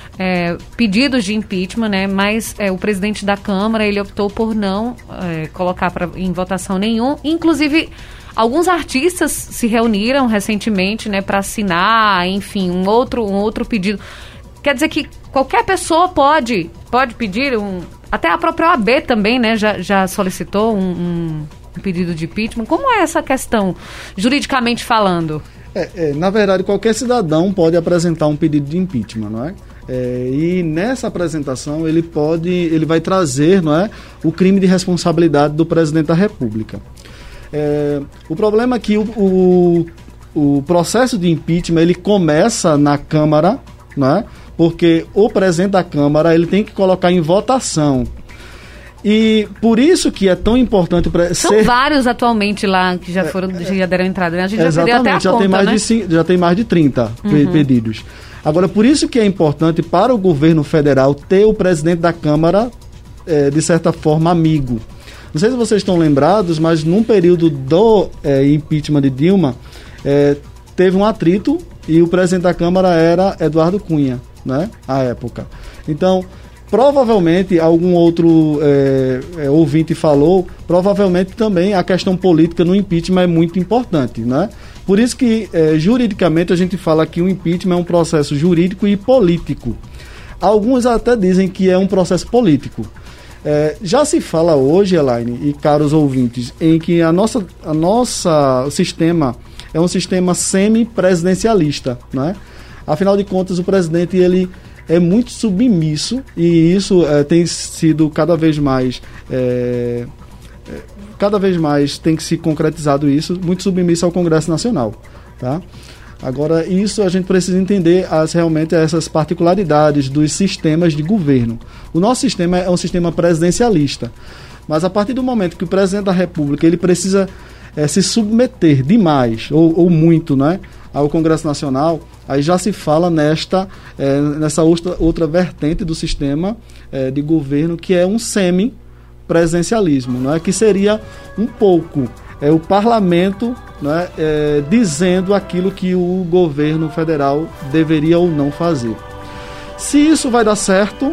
É, pedidos de impeachment, né? Mas é, o presidente da Câmara, ele optou por não é, colocar pra, em votação nenhum. Inclusive, alguns artistas se reuniram recentemente, né, para assinar, enfim, um outro, um outro pedido. Quer dizer que qualquer pessoa pode, pode pedir, um, até a própria O A B também, né, já, já solicitou um, um, um pedido de impeachment. Como é essa questão, juridicamente falando? É, é, na verdade, qualquer cidadão pode apresentar um pedido de impeachment, não é? É, e nessa apresentação ele pode, ele vai trazer, não é, o crime de responsabilidade do presidente da República. É, o problema é que o, o, o processo de impeachment ele começa na Câmara, não é? Porque o presidente da Câmara ele tem que colocar em votação. E por isso que é tão importante... Pra São ser... vários atualmente lá que já foram, é, já deram entrada, né? A gente já perdeu até a já conta, tem mais né? de cinco, já tem mais de trinta uhum. pedidos. Agora, por isso que é importante para o governo federal ter o presidente da Câmara, é, de certa forma, amigo. Não sei se vocês estão lembrados, mas num período do é, impeachment de Dilma, é, teve um atrito e o presidente da Câmara era Eduardo Cunha, né, à época. Então, provavelmente, algum outro é, é, ouvinte falou, provavelmente também a questão política no impeachment é muito importante, né? Por isso que, é, juridicamente, a gente fala que o impeachment é um processo jurídico e político. Alguns até dizem que é um processo político. É, já se fala hoje, Elaine e caros ouvintes, em que a nossa, a nossa sistema é um sistema semi-presidencialista, né? Afinal de contas, o presidente ele é muito submisso e isso é, tem sido cada vez mais... É, é, cada vez mais tem que se concretizado isso, muito submisso ao Congresso Nacional, tá? Agora, isso a gente precisa entender as, realmente essas particularidades dos sistemas de governo. O nosso sistema é um sistema presidencialista, mas a partir do momento que o presidente da República ele precisa é, se submeter demais, ou, ou muito, né, ao Congresso Nacional, aí já se fala nesta, é, nessa outra, outra vertente do sistema é, de governo, que é um semi-presencialismo, não é? Que seria um pouco é, o parlamento, não é, é, dizendo aquilo que o governo federal deveria ou não fazer. Se isso vai dar certo,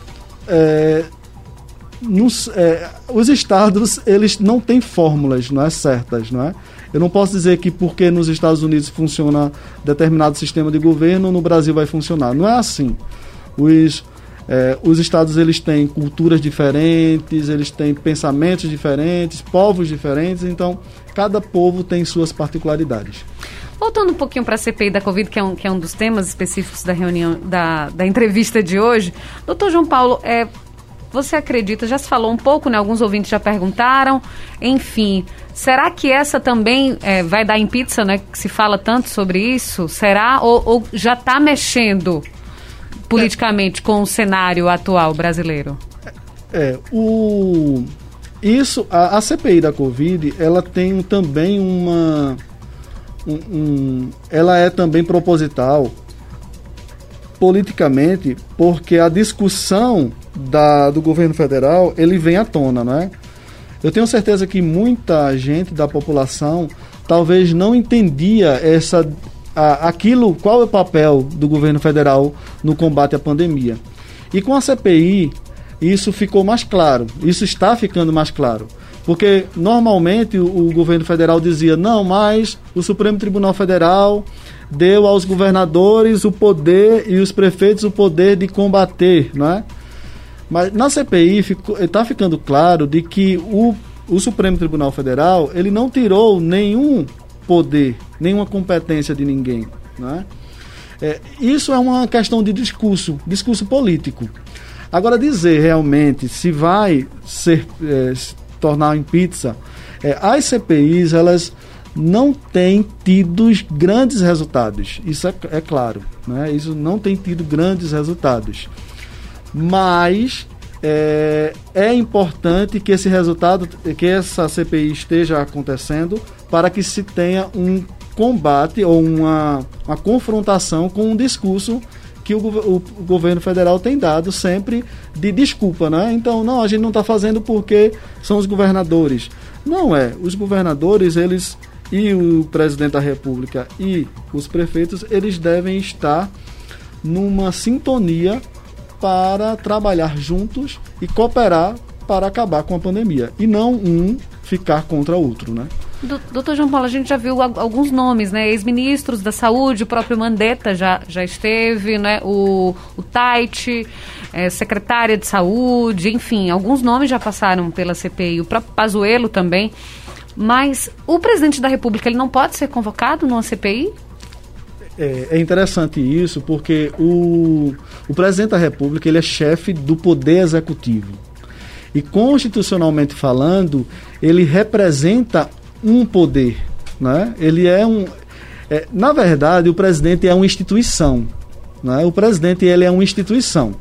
é, nos, é, os estados eles não têm fórmulas, não é, certas, não é? Eu não posso dizer que porque nos Estados Unidos funciona determinado sistema de governo, no Brasil vai funcionar. Não é assim. Os, é, os estados eles têm culturas diferentes, eles têm pensamentos diferentes, povos diferentes, então cada povo tem suas particularidades. Voltando um pouquinho para a C P I da Covid, que é um, que é um dos temas específicos da reunião, da, da entrevista de hoje, doutor João Paulo, é, você acredita, já se falou um pouco, né? Alguns ouvintes já perguntaram, enfim, será que essa também é, vai dar em pizza, né? Que se fala tanto sobre isso? Será? Ou, ou já está mexendo politicamente é, com o cenário atual brasileiro? É, o, isso, a, a C P I da Covid, ela tem também uma... Um, um, ela é também proposital politicamente, porque a discussão da, do governo federal, ele vem à tona, não é? Eu tenho certeza que muita gente da população talvez não entendia essa, a, aquilo, qual é o papel do governo federal no combate à pandemia. E com a C P I, isso ficou mais claro, isso está ficando mais claro. Porque normalmente o, o governo federal dizia, não, mas o Supremo Tribunal Federal deu aos governadores o poder e os prefeitos o poder de combater, não é? Mas na C P I está ficando claro de que o, o Supremo Tribunal Federal ele não tirou nenhum poder, nenhuma competência de ninguém, não é? É, isso é uma questão de discurso, discurso político. Agora, dizer realmente se vai ser... É, tornar em pizza, é, as C P Is elas não têm tido grandes resultados, isso é, é claro, né? Isso não tem tido grandes resultados, mas é, é importante que esse resultado, que essa C P I esteja acontecendo para que se tenha um combate ou uma, uma confrontação com um discurso que o, o, o governo federal tem dado sempre de desculpa, né? Então, não, a gente não está fazendo porque são os governadores. Não é. Os governadores, eles e o presidente da República e os prefeitos, eles devem estar numa sintonia para trabalhar juntos e cooperar para acabar com a pandemia. E não um ficar contra o outro, né? Doutor João Paulo, a gente já viu alguns nomes, né? Ex-ministros da Saúde, o próprio Mandetta já, já esteve, né? O, o Tait, é, secretária de Saúde, enfim, alguns nomes já passaram pela C P I, o próprio Pazuello também. Mas o presidente da República, ele não pode ser convocado numa C P I? É, é interessante isso, porque o, o presidente da República, ele é chefe do Poder Executivo. E constitucionalmente falando, ele representa um poder, né? Ele é um... É, na verdade, o presidente é uma instituição, né? O presidente, ele é uma instituição.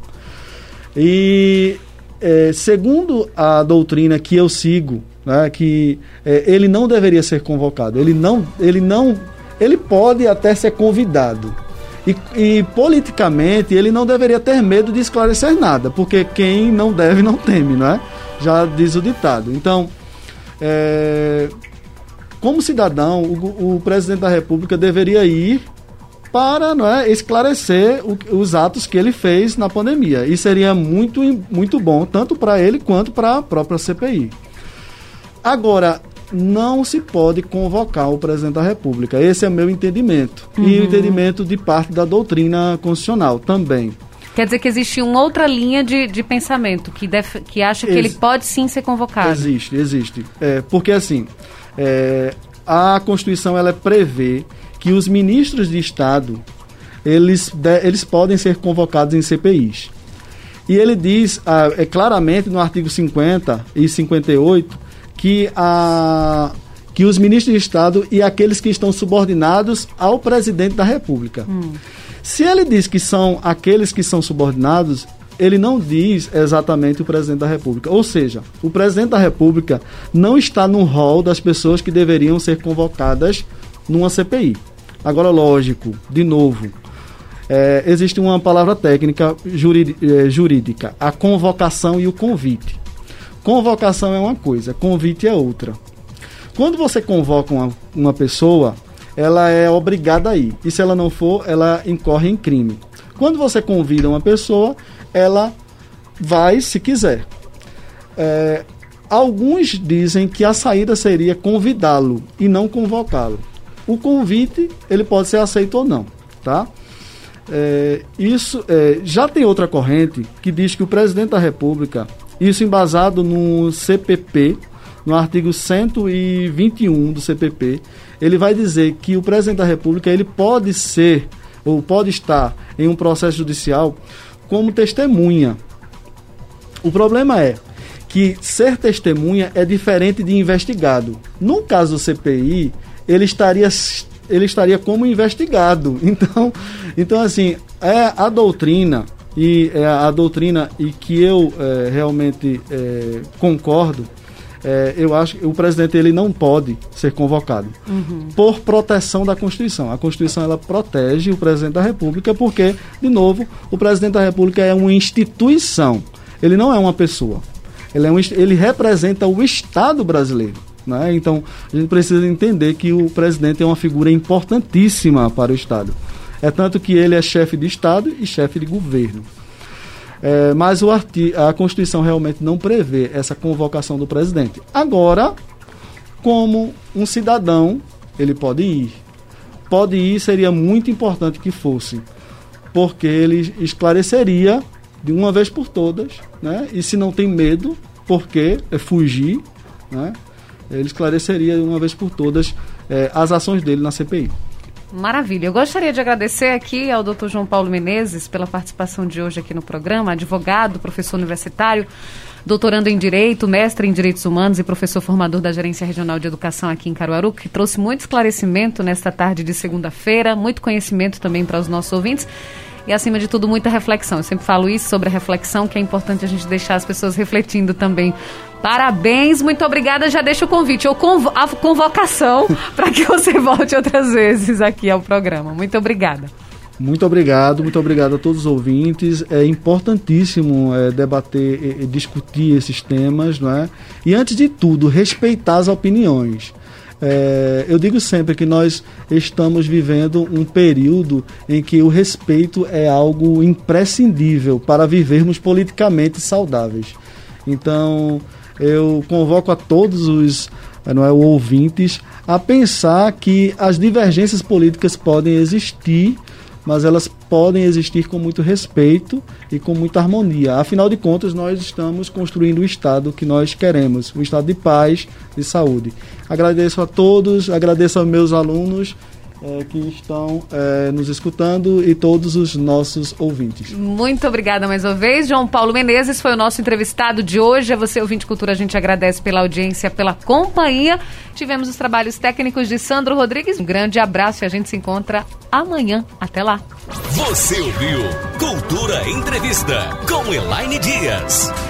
E, é, segundo a doutrina que eu sigo, né, que é, ele não deveria ser convocado. Ele não... Ele, não, ele pode até ser convidado. E, e, politicamente, ele não deveria ter medo de esclarecer nada, porque quem não deve, não teme, né? Já diz o ditado. Então, é... como cidadão, o, o presidente da República deveria ir para, não é, esclarecer o, os atos que ele fez na pandemia. E seria muito, muito bom, tanto para ele quanto para a própria C P I. Agora, não se pode convocar o presidente da República. Esse é o meu entendimento. Uhum. E o entendimento de parte da doutrina constitucional também. Quer dizer que existe uma outra linha de, de pensamento que, def, que acha que Ex- ele pode sim ser convocado. Existe, existe. É, porque assim... É, a Constituição ela prevê que os ministros de Estado eles, de, eles podem ser convocados em C P Is. E ele diz ah, é, claramente no artigo cinquenta e cinquenta e oito que, a, que os ministros de Estado e aqueles que estão subordinados ao presidente da República. Hum. Se ele diz que são aqueles que são subordinados, ele não diz exatamente o presidente da República. Ou seja, o presidente da República não está no rol das pessoas que deveriam ser convocadas numa C P I. Agora, lógico, de novo, é, existe uma palavra técnica jurídica, a convocação e o convite. Convocação é uma coisa, convite é outra. Quando você convoca uma, uma pessoa, ela é obrigada a ir. E se ela não for, ela incorre em crime. Quando você convida uma pessoa, ela vai se quiser. É, alguns dizem que a saída seria convidá-lo e não convocá-lo. O convite, ele pode ser aceito ou não, tá? É, isso, é, já tem outra corrente que diz que o presidente da República, isso embasado no C P P, no artigo cento e vinte e um do C P P, ele vai dizer que o presidente da República, ele pode ser, ou pode estar em um processo judicial como testemunha. O problema é que ser testemunha é diferente de investigado. No caso do C P I, ele estaria, ele estaria como investigado. Então, então assim, é a doutrina, e é a doutrina e que eu é, realmente é, concordo, é, eu acho que o presidente ele não pode ser convocado uhum. por proteção da Constituição. A Constituição ela protege o presidente da República porque, de novo, o presidente da República é uma instituição. Ele não é uma pessoa. Ele, é um, ele representa o Estado brasileiro. Né? Então, a gente precisa entender que o presidente é uma figura importantíssima para o Estado. É tanto que ele é chefe de Estado e chefe de governo. É, mas o arti- a Constituição realmente não prevê essa convocação do presidente. Agora, como um cidadão, ele pode ir. Pode ir, seria muito importante que fosse, porque ele esclareceria de uma vez por todas, né? E se não tem medo, porque é fugir, né? Ele esclareceria de uma vez por todas é, as ações dele na C P I. Maravilha. Eu gostaria de agradecer aqui ao doutor João Paulo Menezes pela participação de hoje aqui no programa, advogado, professor universitário, doutorando em Direito, mestre em Direitos Humanos e professor formador da Gerência Regional de Educação aqui em Caruaru, que trouxe muito esclarecimento nesta tarde de segunda-feira, muito conhecimento também para os nossos ouvintes e, acima de tudo, muita reflexão. Eu sempre falo isso sobre a reflexão, que é importante a gente deixar as pessoas refletindo também. Parabéns, muito obrigada. Já deixo o convite ou convo- a convocação para que você volte outras vezes aqui ao programa. Muito obrigada. Muito obrigado, muito obrigado a todos os ouvintes. É importantíssimo é, debater e, e discutir esses temas, não é? E, antes de tudo, respeitar as opiniões. É, eu digo sempre que nós estamos vivendo um período em que o respeito é algo imprescindível para vivermos politicamente saudáveis. Então, eu convoco a todos os não é, ouvintes a pensar que as divergências políticas podem existir, mas elas podem existir com muito respeito e com muita harmonia. Afinal de contas, nós estamos construindo o Estado que nós queremos, um Estado de paz e saúde. Agradeço a todos, agradeço aos meus alunos é, que estão é, nos escutando e todos os nossos ouvintes. Muito obrigada mais uma vez. João Paulo Menezes foi o nosso entrevistado de hoje. A você, ouvinte Cultura, a gente agradece pela audiência, pela companhia. Tivemos os trabalhos técnicos de Sandro Rodrigues. Um grande abraço e a gente se encontra amanhã. Até lá. Você ouviu Cultura Entrevista com Elaine Dias.